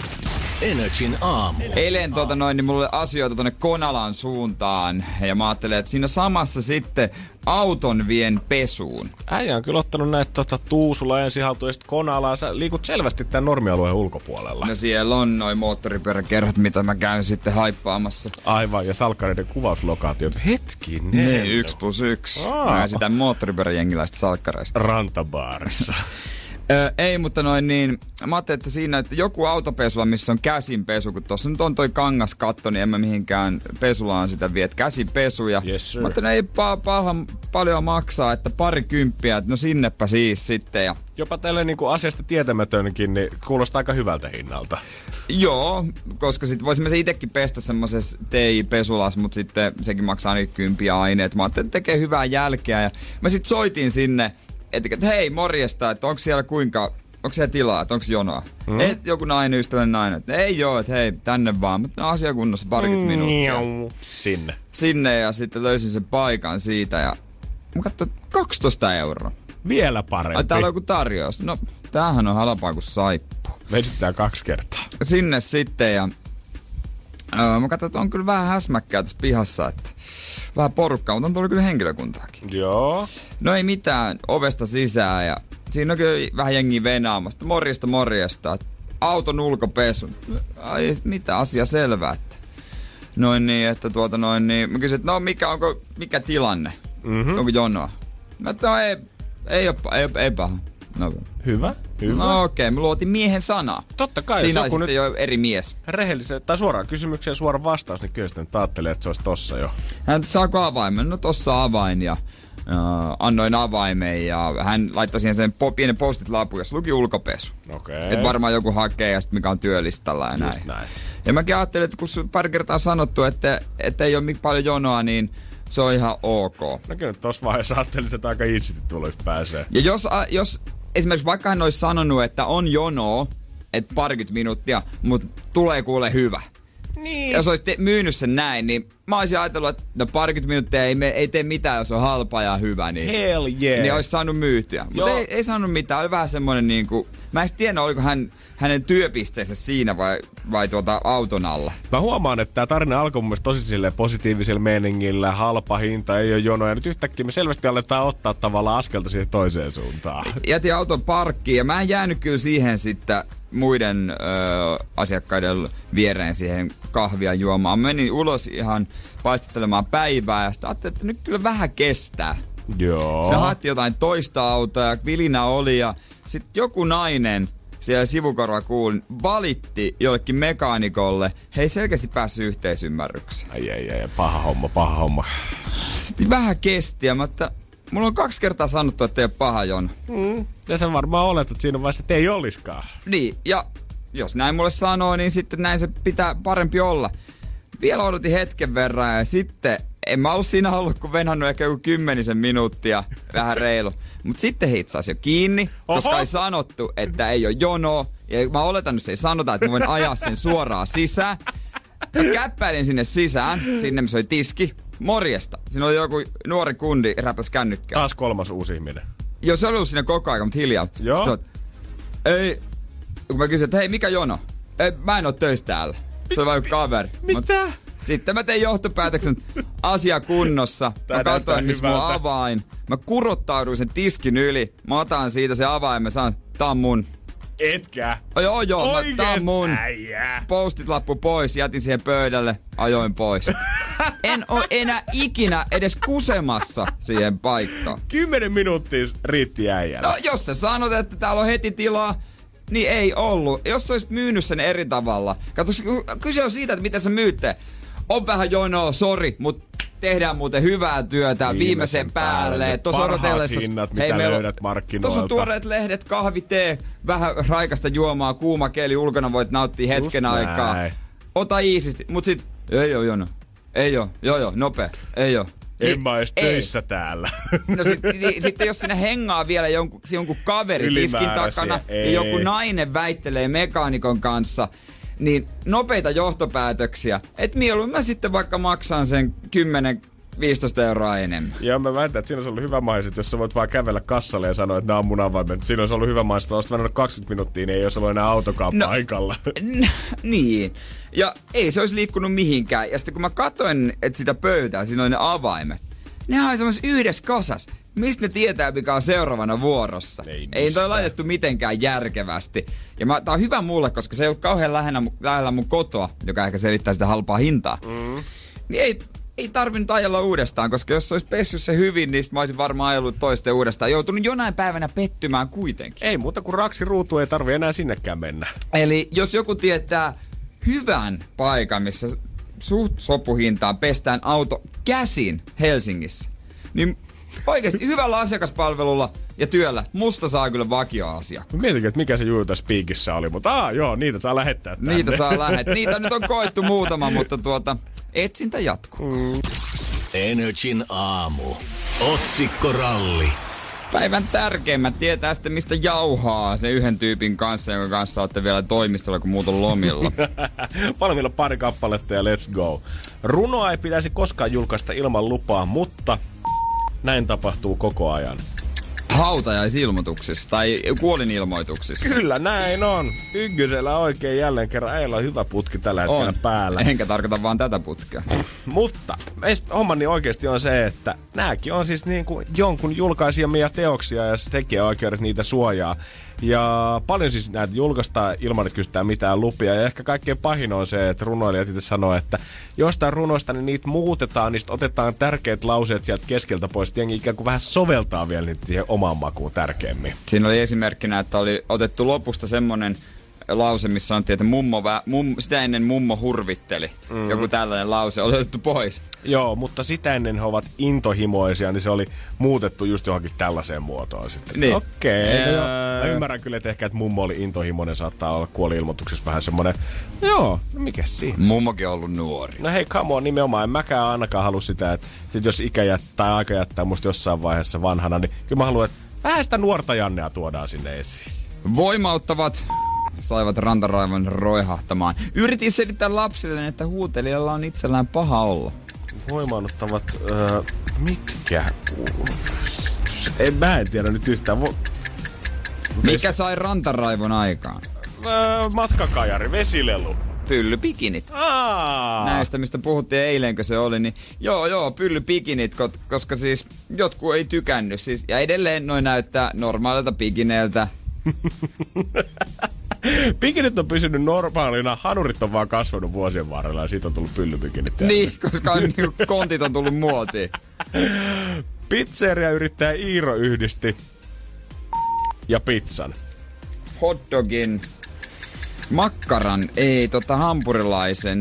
Energin aamu. Eilen tota noin, niin mulle asioita tonne Konalan suuntaan. Ja mä ajattelin, että siinä samassa sitten auton vien pesuun. Äijä on kyllä ottanut näitä tota, Tuusula ensin haltuun ja sitten Konalaa. Sä liikut selvästi tämän normialueen ulkopuolella. No siellä on noin moottoripyöräkerhot, mitä mä käyn sitten haippaamassa. Aivan, ja salkkareiden kuvauslokaatiot. Hetkinen. Niin, yksi plus yksi. Aa. Mä sitä moottoripyöräjengiläistä salkkareista. Rantabaarissa. Öö, ei, mutta noin niin, mä ajattelin, että siinä, että joku autopesula, missä on käsinpesu, kun tossa nyt on toi kangaskatto, niin en mä mihinkään pesulaan sitä vie, että käsinpesu, ja yes, mä ajattelin, ei pa- pa- paljon maksaa, että pari kymppiä, että no sinnepä siis sitten, ja jopa tälle niinku asiasta tietämätönkin, niin kuulostaa aika hyvältä hinnalta. Joo, koska sit voisimme se itekin pestä semmosessa T I-pesulassa, mutta sitten sekin maksaa niin kymppiä aineet. Mä ajattelin, että tekee hyvää jälkeä, ja mä sit soitin sinne, että hei, morjesta, että onko siellä kuinka, onko siellä tilaa, että onko jonoa? Mm. Et joku nainen, ystävällinen nainen, että ei joo, että hei, tänne vaan, mutta asiakunnassa parikymmentä minuuttia. Sinne. Sinne ja sitten löysin sen paikan siitä ja mä katsoin, kaksitoista euroa. Vielä parempi. Ai täällä on joku tarjous. No, tämähän on halpaa kuin saippu. Vedetään kaksi kertaa. Sinne sitten ja öö, mä katsoin, että on kyllä vähän häsmäkkää tässä pihassa, että vähän porukkaa, mutta on tullut kyllä henkilökuntaakin. Joo. No ei mitään, ovesta sisään ja siinä on kyllä vähän jengiä venaamasta. Morjesta, morjesta. Auton ulkopesu. Ai mitä, asia selvä. Että. Noin niin, että tuota noin niin. Mä kysyin, että no mikä, onko, mikä tilanne? Mm-hmm. Onko jonoa? Mä että no ei, ei, ole, ei, ei paha. No. Hyvä. Hyvä. No okei, okay, me luotiin miehen sanaa. Totta kai. Siinä oli sitten nyt jo eri mies. Rehellisen, tai suoraan kysymykseen suora vastaus, niin kyllä sitten ajattelee, että se olisi tossa jo. Hän saako avaimen? No tossa avain ja äh, annoin avaimen ja hän laittoi siihen sen po- pienen postit-lapun, jossa luki ulkopesu. Okei. Okay. Että varmaan joku hakee ja sitten mikä on työlistalla ja näin. näin. Ja mäkin ajattelin, että kun pari kertaa sanottu, että, että ei ole paljon jonoa, niin se on ihan ok. No kyllä tossa vaiheessa ajattelin, että aika easysti tuloksi pääsee. Ja jos, jos esimerkiksi vaikka hän olisi sanonut, että on jonoa, että parikymmentä minuuttia, mutta tulee kuule hyvä. Niin. Jos olisi te- myynyt sen näin, niin mä olisin ajatellut, että no parikymmentä minuuttia ei, me, ei tee mitään, jos on halpa ja hyvä. Niin, Hell yeah. Niin olisi saanut myytyä. Mutta ei, ei saanut mitään. Oli vähän semmoinen niinku... Mä en tiedä, oliko hän, hänen työpisteensä siinä vai, vai tuota auton alla. Mä huomaan, että tää tarina alkoi mun mielestä tosi silleen positiivisella meningillä, halpa hinta, ei ole jonoja. Ja nyt yhtäkkiä me selvästi aletaan ottaa tavallaan askelta siihen toiseen suuntaan. Jätin auton parkkiin ja mä en jäänyt kyllä siihen sitten muiden ö, asiakkaiden viereen siihen kahvia juomaan. Mä menin ulos ihan paistettelemaan päivää ja sitten ajattelin, että nyt kyllä vähän kestää. Joo. Se haettiin jotain toista autoa ja vilinä oli ja sitten joku nainen siellä sivukorva kuulin, valitti jollekin mekaanikolle. He ei selkeästi päässyt yhteisymmärrykseen. Ai ai ai, paha homma, paha homma. Sitten vähän kesti ja mä, että mulla on kaksi kertaa sanottu, että ei ole paha jono. Mm. Ja sä varmaan oletat siinä vaiheessa, että ei oliskaan. Niin, ja jos näin mulle sanoo, niin sitten näin se pitää parempi olla. Vielä odotin hetken verran ja sitten en mä ollut siinä ollut, kun venhannut ehkä joku kymmenisen minuuttia, vähän reilu. Mutta sitten hitsasi jo kiinni, koska Oho. ei sanottu, että ei ole jonoa. Ja mä oletan, että se ei sanota, että mä voin ajaa sen suoraan sisään. Mä käppäilin sinne sisään, sinne missä oli tiski. Morjesta. Siinä oli joku nuori kundi, räpäs kännykkää. Taas kolmas uusi ihminen. Joo, se oli ollut siinä koko ajan, mutta hiljaa. Joo. Sitten, ei, kun mä kysyin, että hei, mikä jono? Ei, mä en oo töissä täällä. Se oli vain joku kaveri. Mitä? Sitten mä tein johtopäätöksen asia kunnossa. Tää mä katsoin, missä mulla on hyvältä. avain. Mä kurottauduin sen tiskin yli. Mä otan siitä se avain. Mä sanon, tää on mun. Etkä? Oh, joo, joo. Mä, tää on mun. Äijää. Postit lappu pois. Jätin siihen pöydälle. Ajoin pois. En oo enää ikinä edes kusemassa siihen paikkaan. Kymmenen minuuttia riitti äijällä. No, jos sä sanot, että täällä on heti tilaa, niin ei ollut. Jos sä olisit myynyt sen eri tavalla. Katso, kyse on siitä, että miten sä myytte. On vähän jonoa, sori, mutta tehdään muuten hyvää työtä viimeisen, viimeisen päälle. Tuossa odotellessa. Hinnat, hei, mitä löydät markkinoilta. Tuossa on tuoreet lehdet, kahvi, tee, vähän raikasta juomaa, kuuma keli, ulkona voit nauttia hetken Just aikaa. Näin. Ota iisisti, mut sit ei oo jono. Ei oo, joo joo, nopea, ei oo. En Ni, mä edes töissä täällä. No sit, niin, sitten jos sinne hengaa vielä jonkun, jonkun kaveri tiskin takana ei. ja joku nainen väittelee mekaanikon kanssa, niin nopeita johtopäätöksiä. Et mieluummin mä sitten vaikka maksan sen kymmenen viisitoista euroa enemmän. Joo, mä väitän, että siinä olisi ollut hyvä mahdollisuus, jos sä voit vaan kävellä kassalle ja sanoa, että nämä on mun avaimet. Siinä olisi ollut hyvä mahdollisuus, että olisit vannut kaksikymmentä minuuttia, niin ei olisi ollut enää autokaan no, paikalla. N- niin. Ja ei se olisi liikkunut mihinkään. Ja sitten kun mä katsoin, että sitä pöytää, siinä oli ne avaimet. Nehän on semmoisessa yhdessä kasas. Mistä ne tietää, mikä on seuraavana vuorossa? Ei, ei toi laitettu mitenkään järkevästi. Ja mä, tää on hyvä mulle, koska se ei ole kauhean lähellä, lähellä mun kotoa, joka ehkä selittää sitä halpaa hintaa. Mm. Niin ei, ei tarvinnut ajella uudestaan, koska jos se olisi pessyt se hyvin, niin mä olisin varmaan ajellut toisten uudestaan. Joutunut jonain päivänä pettymään kuitenkin. Ei muuta kuin raksi ruutu, ei tarvi enää sinnekään mennä. Eli jos joku tietää hyvän paikan, missä suht sopuhintaan pestään auto käsin Helsingissä, niin oikeesti hyvällä asiakaspalvelulla ja työllä musta saa kyllä vakioasia. Mietinkö, että mikä se juuri spiikissä oli, mutta aa, joo, niitä saa lähettää tänne. Niitä saa lähettää. Niitä nyt on koettu muutama, mutta tuota, etsintä jatkuu. Mm. Energin aamu. Otsikkoralli. Päivän tärkeimmät tietää sitten, mistä jauhaa se yhden tyypin kanssa, jonka kanssa olette vielä toimistolla, kun muut on lomilla. Valmiilla pari kappaletta ja let's go. Runoa ei pitäisi koskaan julkaista ilman lupaa, mutta näin tapahtuu koko ajan. Hautajaisilmoituksissa tai kuolinilmoituksissa. Kyllä näin on. Ykkösellä oikein jälleen kerran. Ei ole hyvä putki tällä hetkellä on päällä. Enkä tarkoita vaan tätä putkea. Mutta hommani oikeasti on se, että nääkin on siis niin kuin jonkun julkaisijamia teoksia ja tekijäoikeudet niitä suojaa. Ja paljon siis näitä julkaistaan ilman, että kysytään mitään lupia. Ja ehkä kaikkein pahin on se, että runoilijat itse sanoo, että jostain runoista niin niitä muutetaan, niistä otetaan tärkeät lauseet sieltä keskeltä pois. Jengi ikään kuin vähän soveltaa vielä niitä siihen omaan makuun tärkeämmin. Siinä oli esimerkkinä, että oli otettu lopusta semmonen lause, missä sanottiin, että mummo vä- mum, sitä ennen mummo hurvitteli. Mm-hmm. Joku tällainen lause oli otettu pois. Joo, mutta sitä ennen he ovat intohimoisia, niin se oli muutettu just johonkin tällaiseen muotoon sitten. Niin. Okei. Okay, no mä ymmärrän kyllä, että ehkä että mummo oli intohimoinen, saattaa olla kuoli-ilmoituksessa vähän semmonen, joo, no mikäs siinä? Mummokin on ollut nuori. No hei, come on, nimenomaan. En mäkään ainakaan halua sitä, että sit jos ikä jättää tai aika jättää musta jossain vaiheessa vanhana, niin kyllä mä haluan, että vähän sitä nuorta Jannea tuodaan sinne esiin. Voimauttavat saivat rantaraivon roihahtamaan. Yritin selittää lapsille, että huutelijalla on itsellään paha olla. Voimaannuttavat, öö, mitkä? En, mä en tiedä nyt yhtään. Vo... Mikä Ves... sai rantaraivon aikaan? Öö, matkakajari, vesilelu. Pyllypikinit. Aa. Näistä, mistä puhuttiin eilenkö se oli, niin joo, joo, pyllypikinit, koska siis jotkut ei tykännyt. Siis, ja edelleen noin näyttää normaalilta pikineiltä. Pikinit on pysynyt normaalina, hanurit on vaan kasvanut vuosien varrella ja siitä on tullut pyllypikinit. Niin, koska kontit on tullut muotiin. Pizzeria yrittää Iiro yhdisti ja pizzan. Hotdogin, makkaran, ei tota hampurilaisen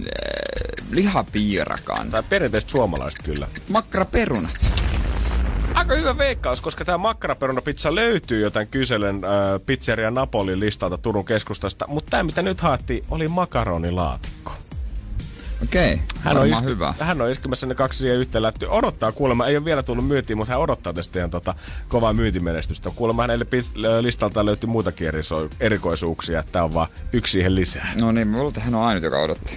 äh, lihapiirakan. Tai perinteiset suomalaiset kyllä. Makkaraperunat. Aika hyvä veikkaus, koska tämä makkaraperunapizza löytyy jotain kyselen äh, pizzeria Napolin listalta Turun keskustasta, mutta tämä mitä nyt haettiin oli makaronilaatikko. Okei, hän on isku, hyvä. Hän on iskemässä ne kaksi siihen yhteen lättyä. Odottaa kuulemma, ei ole vielä tullut myyntiin, mutta hän odottaa tästä ihan tota, kovaa myyntimenestystä. Kuulemma hänelle pit- listalta löytyy muitakin erikoisuuksia, että tämä on vaan yksi siihen lisää. No niin, mä luulen, että hän on ainut, joka odotti.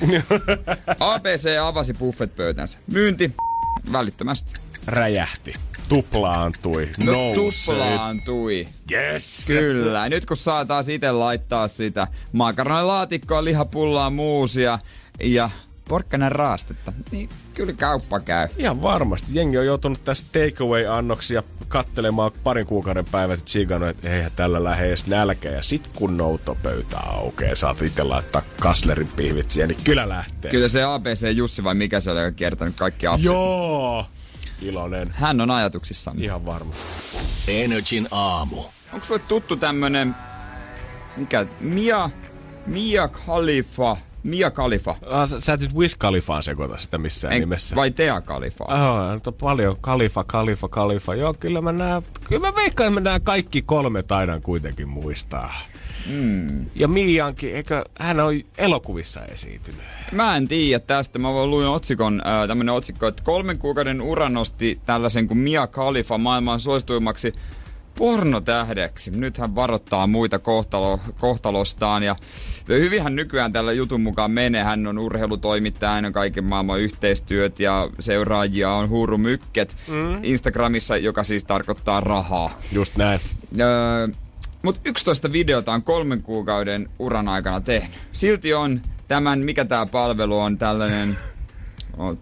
A B C avasi buffet-pöytänsä. Myynti välittömästi. Räjähti. Tuplaantui. No tuplaantui. Yes. Kyllä. Nyt kun saa taas itse laittaa sitä makaronilaatikkoa, lihapullaa, muusia ja porkkanan raastetta, niin kyllä kauppa käy. Ihan varmasti. Jengi on joutunut tässä takeaway-annoksia kattelemaan parin kuukauden päivät ja chigannut, että eihän tällä lähde edes nälkä. Ja sit kun noutopöytä aukeaa, saat itse laittaa kaslerin pihvit siihen, niin kyllä lähtee. Kyllä se A B C Jussi vai mikä se oli, joka kiertänyt kaikki apsit. Joo! Iloinen. Hän on ajatuksissaan. Ihan varma. Energin aamu. Onko sulle tuttu tämmönen, mikä, Mia, Mia Khalifa, Mia Khalifa? Ah, sä, sä et nyt Wiz Khalifaan sekoita sitä missään en, nimessä. Vai Tea Khalifaa? Oh, nyt on paljon. Khalifa, Khalifa, Khalifa. Joo, kyllä mä näen, kyllä mä veikkaan, että mä näen kaikki kolme taidan kuitenkin muistaa. Mm. Ja Miankin, eikö hän on elokuvissa esiintynyt? Mä en tiedä tästä. Mä voin luin otsikon, äh, tämmönen otsikko, että kolmen kuukauden ura nosti tällaisen kuin Mia Khalifa maailman suosituimmaksi pornotähdeksi. Nyt hän varoittaa muita kohtalo, kohtalostaan ja hyvinhän nykyään tällä jutun mukaan menee. Hän on urheilutoimittaja, hän on kaiken maailman yhteistyöt ja seuraajia on huurumykket mm. Instagramissa, joka siis tarkoittaa rahaa. Just näin. Öö, Mutta yksitoista videota on kolmen kuukauden uran aikana tehnyt. Silti on tämän, mikä tää palvelu on, tällainen oh,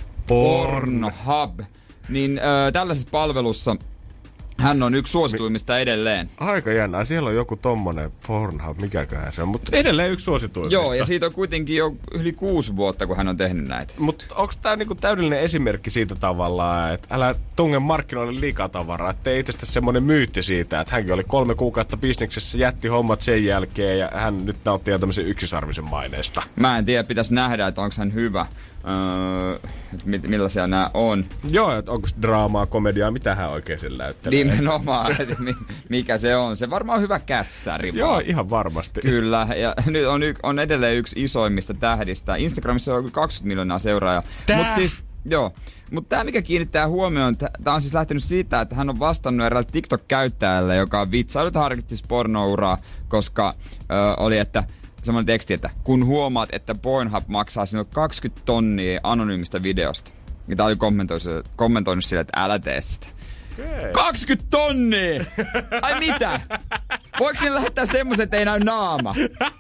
Pornhub. Niin öö, tällaisessa palvelussa hän on yksi suosituimmista Mi- edelleen. Aika jännää. Siellä on joku tommonen Pornhub, mikäköhän se on, mutta edelleen yksi suosituimmista. Joo, ja siitä on kuitenkin jo yli kuusi vuotta, kun hän on tehnyt näitä. Mutta onko tää niinku täydellinen esimerkki siitä tavallaan, että älä tunge markkinoille liikaa tavaraa, ettei itsestä semmonen myytti siitä, että hänkin oli kolme kuukautta bisneksessä, jätti hommat sen jälkeen ja hän nyt nauttii tämmöisen yksisarvisen maineesta. Mä en tiedä, pitäisi nähdä, että onko hän hyvä. Öö, millaisia nämä on. Joo, että onko draamaa, komediaa, mitä hän oikein sen näyttelee. Nimenomaan, mikä se on. Se varmaan on hyvä kässäri. Joo, vaan. Ihan varmasti. Kyllä, ja nyt on, y- on edelleen yksi isoimmista tähdistä. Instagramissa on kaksikymmentä miljoonaa seuraajaa. Mutta siis, joo. Mutta tämä, mikä kiinnittää huomioon, tämä on siis lähtenyt siitä, että hän on vastannut eräälle TikTok-käyttäjälle, joka on vitsailut harkittisi pornouraa, koska ö, oli, että semmoinen teksti, että kun huomaat, että Pornhub maksaa sinulle kaksikymmentä tonnia anonyymistä videosta. Ja tää oli kommentoinut, kommentoinut sille, että älä tee sitä. Okay. kaksikymmentä tonnia! Ai mitä? Voiko sinne lähettää semmoisen, että ei näy naama?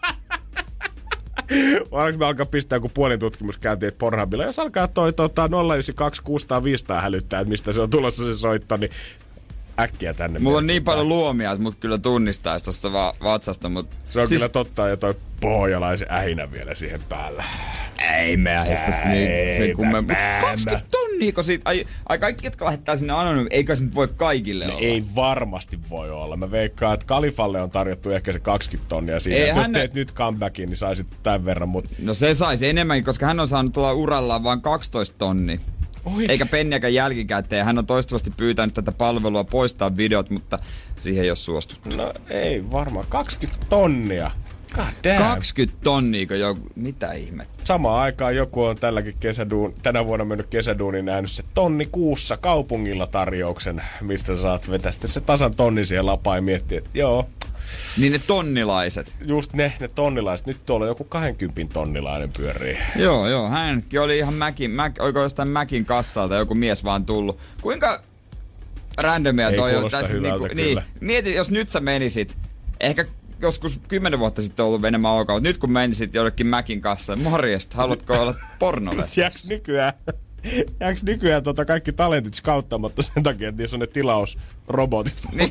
Voidaanko me alkaa pistää joku puolin tutkimuskäynti, että Pornhubilla, jos alkaa toi tota, nolla yhdeksän kaksi kuusi nolla viisi hälyttää, että mistä se on tulossa se soitto, niin äkkiä tänne. Mulla on niin paljon luomia, että mut kyllä tunnistaisi tosta va- vatsasta, mut... Se on siis... kyllä totta, ja toi pohjalaisen ähinä vielä siihen päällä. Ei me ähistä sen kummemmin. kaksikymmentä tonniiko siitä? Ai, ai kaikki, jotka lähettää sinne anonyymiin, eikä se nyt voi kaikille no olla? Ei varmasti voi olla. Mä veikkaan, että Kalifalle on tarjottu ehkä se kaksikymmentä tonnia siinä. Ei, jos hän... teet nyt comebackin, niin saisit tämän verran. Mut... No se saisi enemmänkin, koska hän on saanut tuolla urallaan vain kaksitoista tonnia. Oi. Eikä penniäkään jälkikäteen. Hän on toistuvasti pyytänyt tätä palvelua poistaa videot, mutta siihen ei ole suostuttu. No ei varmaan. kaksikymmentä tonnia. God damn. kaksikymmentä tonnia, kun joku... Mitä ihmettä? Samaan aikaan joku on tälläkin kesäduun, tänä vuonna mennyt kesäduuniin nähnyt se tonni kuussa kaupungilla tarjouksen, mistä sä saat vetää sitten se tasan tonni siihen lapaan ja miettiä, että joo. Niin ne tonnilaiset. Just ne, ne tonnilaiset. Nyt tuolla joku kaksikymmentä tonnilainen pyörii. Joo, joo. Hänkin oli ihan Mäkin, Mäk, oiko jostain Mäkin kassalta joku mies vaan tullut. Kuinka randomia toi on tässä? Niinku, niin, mieti, jos nyt sä menisit, ehkä joskus kymmenen vuotta sitten on ollut enemmän ok, mutta nyt kun menisit jollekin Mäkin kassaan, morjesta, haluatko olla pornolle? Jääks nykyään? Jääks nykyään tota kaikki talentit skauttamatta sen takia, että niissä on ne tilausrobotit? Niin.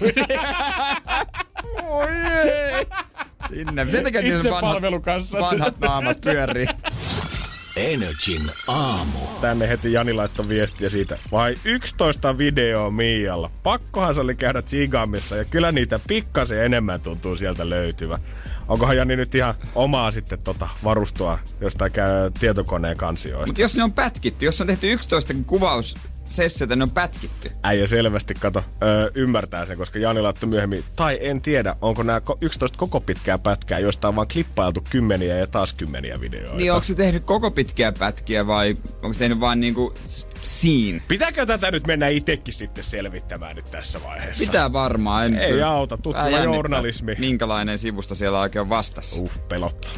Oi ei. Sinne. Sen takia niissä vanhat, vanhat naamat pyörii. Energin aamu. Tänne heti Jani laittoi viestiä siitä. Vai yksitoista videoa Mialla. Pakkohan se oli käydä tsiigaamissa ja kyllä niitä pikkasen enemmän tuntuu sieltä löytyvä. Onkohan Jani nyt ihan omaa sitten tota varustua jostain käy tietokoneen kansioista? Mutta jos ne on pätkitty, jos on tehty yksitoista kuvaus sessiota, ne on pätkitty. Äijä selvästi, kato, öö, ymmärtää sen, koska Jani laittoi myöhemmin, tai en tiedä, onko nämä yksitoista koko pitkää pätkää, joista on vaan klippailtu kymmeniä ja taas kymmeniä videoita. Niin onko se tehnyt koko pitkiä pätkiä vai onko se tehnyt vaan niinku scene? Pitääkö tätä nyt mennä itekin sitten selvittämään nyt tässä vaiheessa? Pitää varmaan. En Ei kyllä. auta, tutkiva journalismi. Minkälainen sivusto siellä oikein on vastassa? Uh, pelottaa.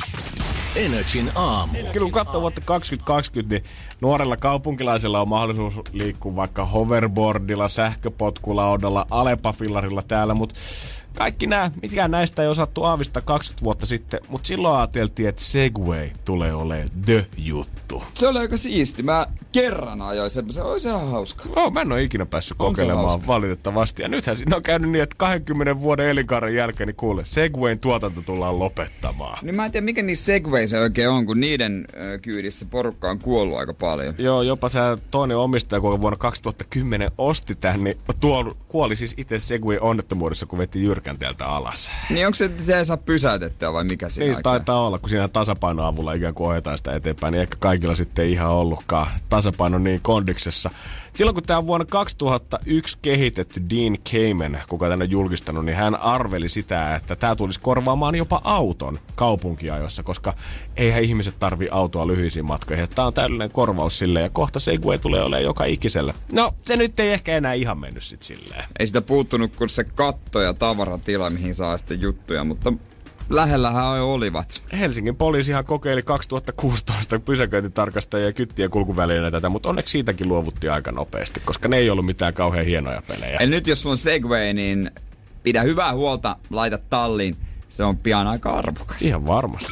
Energin aamu. Kyllä kun katsoo vuotta kaksituhattakaksikymmentä, niin nuorella kaupunkilaisella on mahdollisuus liikkua vaikka hoverboardilla, sähköpotkulaudalla, alepafillarilla täällä, mutta kaikki nämä, mitkään näistä ei osattu aavistaa kaksikymmentä vuotta sitten, mutta silloin ajateltiin, että Segway tulee olemaan the juttu. Se oli aika siisti. Mä kerran ajoin sen, se olisi ihan hauska. Oh, mä en ole ikinä päässyt kokeilemaan valitettavasti. Ja nythän siinä on käynyt niin, että kahdenkymmenen vuoden elinkaaren jälkeen, niin kuule, Segwayn tuotanto tullaan lopettamaan. Niin mä en tiedä, mikä niissä Segwayissa oikein on, kun niiden ö, kyydissä porukka on kuollut aika paljon. Joo, jopa se toinen omistaja, kun vuonna kaksituhattakymmenen osti tämän, niin tuo, kuoli siis itse Segway-onnettomuudessa, kun veti jyrkän täältä alas. Niin onko se, se ei saa pysäytettyä vai mikä siinä? Niin se taitaa olla, kun siinä tasapainoavulla avulla ikään kuin ohjataan sitä eteenpäin, niin ehkä kaikilla sitten ei ihan ollutkaan tasapaino niin kondiksessa. Silloin kun tämä on vuonna kaksituhattayksi kehitetty Dean Kamen, kuka tänne on julkistanut, niin hän arveli sitä, että tämä tulisi korvaamaan jopa auton kaupunkiajossa, koska eihän ihmiset tarvi autoa lyhyisiin matkoihin. Tämä on täydellinen korvaus silleen ja kohta Segway tulee olemaan joka ikisellä. No, se nyt ei ehkä enää ihan mennyt sit silleen. Ei sitä puuttunut kuin se katto ja tavaratila, mihin saa sitten juttuja, mutta lähellähän olivat. Helsingin poliisihan kokeili kaksituhattakuusitoista pysäköintitarkastajia ja kyttien kulkuvälineenä tätä, mutta onneksi siitäkin luovuttiin aika nopeasti, koska ne ei ollut mitään kauhean hienoja pelejä. Eli nyt jos sulla on Segway, niin pidä hyvää huolta, laita talliin. Se on pian aika arvokas. Ihan varmasti.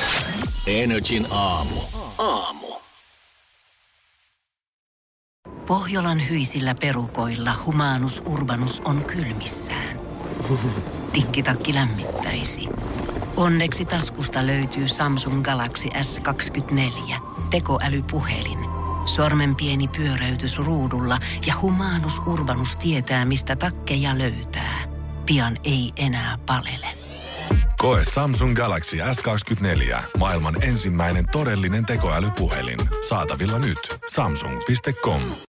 Energin aamu. Aamu. Pohjolan hyisillä perukoilla Humanus Urbanus on kylmissään. Tikkitakki lämmittäisi. Onneksi taskusta löytyy Samsung Galaxy S kaksikymmentäneljä. Tekoälypuhelin. Sormen pieni pyöräytys ruudulla ja Humanus Urbanus tietää, mistä takkeja löytää. Pian ei enää palele. Koe Samsung Galaxy S kaksikymmentäneljä. Maailman ensimmäinen todellinen tekoälypuhelin. Saatavilla nyt. Samsung piste com.